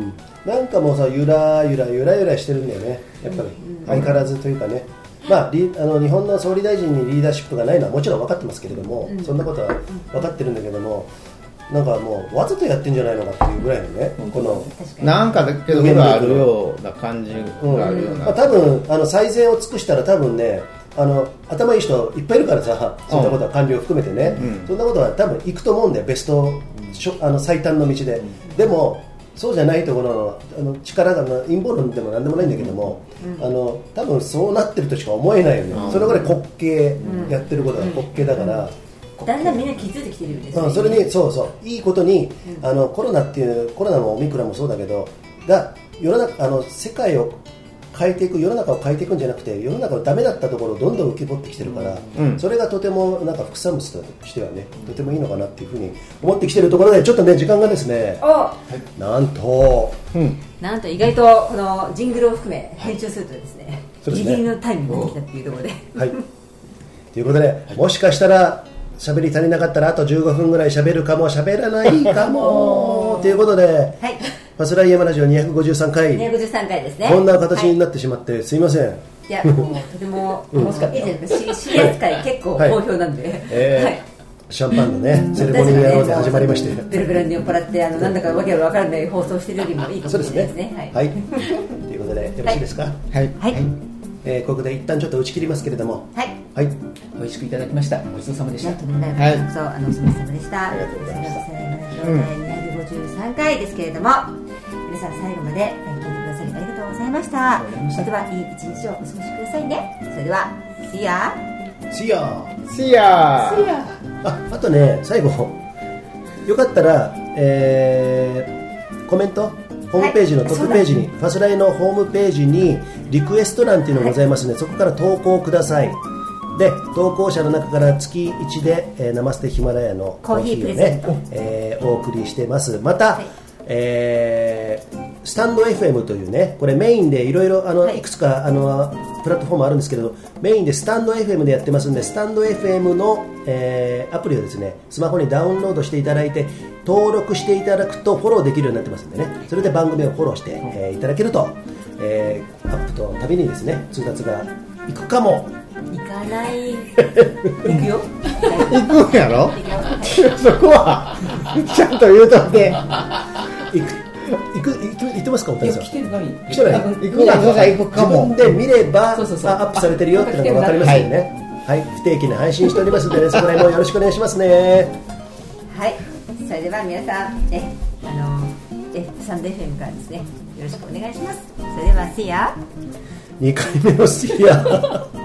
A: なんかもうさ、ゆらゆらゆらゆらしてるんだよね、やっぱり相変わらずというかね。まあ、リあの日本の総理大臣にリーダーシップがないのはもちろん分かってますけれども、そんなことは分かってるんだけども、なんかもうわざとやってんじゃないのかっていうぐらいのね、この
D: なんかだけどがあるような感じがあるような、
A: うん、まあ、多分あの最善を尽くしたら多分ね、あの頭いい人いっぱいいるからさ、そんなことは官僚含めてね、うん、そんなことは多分行くと思うんだよ、ベスト、うん、あの最短の道で、うん、でもそうじゃないところの、あの力が陰謀論でもなんでもないんだけども、うん、あの多分そうなってるとしか思えないよね、うん、それぐらい滑稽、うん、やってることが滑稽だから、
B: うん、だんだんみんな気づいてきてるんですよね、
A: うん、それにそうそういいことに、うん、あのコロナっていうコロナもオミクロンもそうだけどが世の中あの世界を変えていく、世の中を変えていくんじゃなくて、世の中のダメだったところをどんどん受け取ってきてるから、うん、それがとてもなんか副産物としてはね、とてもいいのかなっていうふうに思ってきてるところで、ちょっとね時間がですね、なんと、うん、
B: なんと意外とこのジングルを含め編集するとですね、ギリギリのタイムができたっていうところで、
A: はい、ということで、もしかしたら喋り足りなかったらあとじゅうごふんぐらい喋るかも喋らないかもということで、はい、ファスライヤマラジオにひゃくごじゅうさんかい
B: にひゃくごじゅうさんかいですね。
A: こんな形になってしまって、はい、すいません。
B: いやもうとても楽しかったいいじゃないですか。シリアス会結構好評なんで、はいえーはい、
A: シャンパンのねセレモニー野郎で始まりまして、
B: ベルベルに酔っ払ってあのなんだかわけがわからない放送してるよりもいいかもしれないですね。
A: はい、はい、ということでよろしいですか。はい、はい、えー、ここで一旦ちょっと打ち切りますけれども、はい、はい、
C: 美味しくいただきました。ごちそうさまでした。
B: とんでもない、はい、そうあのお疲れ様でした。ありがとうございました。にひゃくごじゅうさんかいですけれども、皆さん最後まで聞いてくださりありがとうございました。それではいい一日をお過ごしくださいね。それでは See ya
A: See ya
D: See ya
B: See ya
A: あ、あとね、最後よかったら、えー、コメントホームページのトップページに、ファスライのホームページにリクエスト欄っていうのがございますので、はい、そこから投稿ください。で、投稿者の中から月いちで、えー、ナマステヒマラヤのコーヒーをね、えー、お送りしてます。また、はい、えー、スタンド エフエム というね、これメインでいろいろあの、はい、いくつかあのプラットフォームあるんですけれど、メインでスタンド エフエム でやってますんで、スタンド エフエム の、えー、アプリをですね、スマホにダウンロードしていただいて、登録していただくとフォローできるようになってますんでね、それで番組をフォローして、えー、いただけると、えー、アップとたびにですね、通達がいくかも。
B: 行かない行くよ
D: 行くんやろそこはちゃんと言うとって
A: 行く行く行く行ってますか、お二人さん。
C: 来てるのに
A: 来てない。行くが行くかも。自分で見ればそうそうそう、アップされてるよっていうのが分かりますよね。はい、はい、不定期な配信しておりますので、ね、そこら辺もよろしくお願いしますね。
B: はい、それでは皆さんね、あのえサンデー エフエム からですね、よろしくお願いします。それでは See ya
A: にかいめの See ya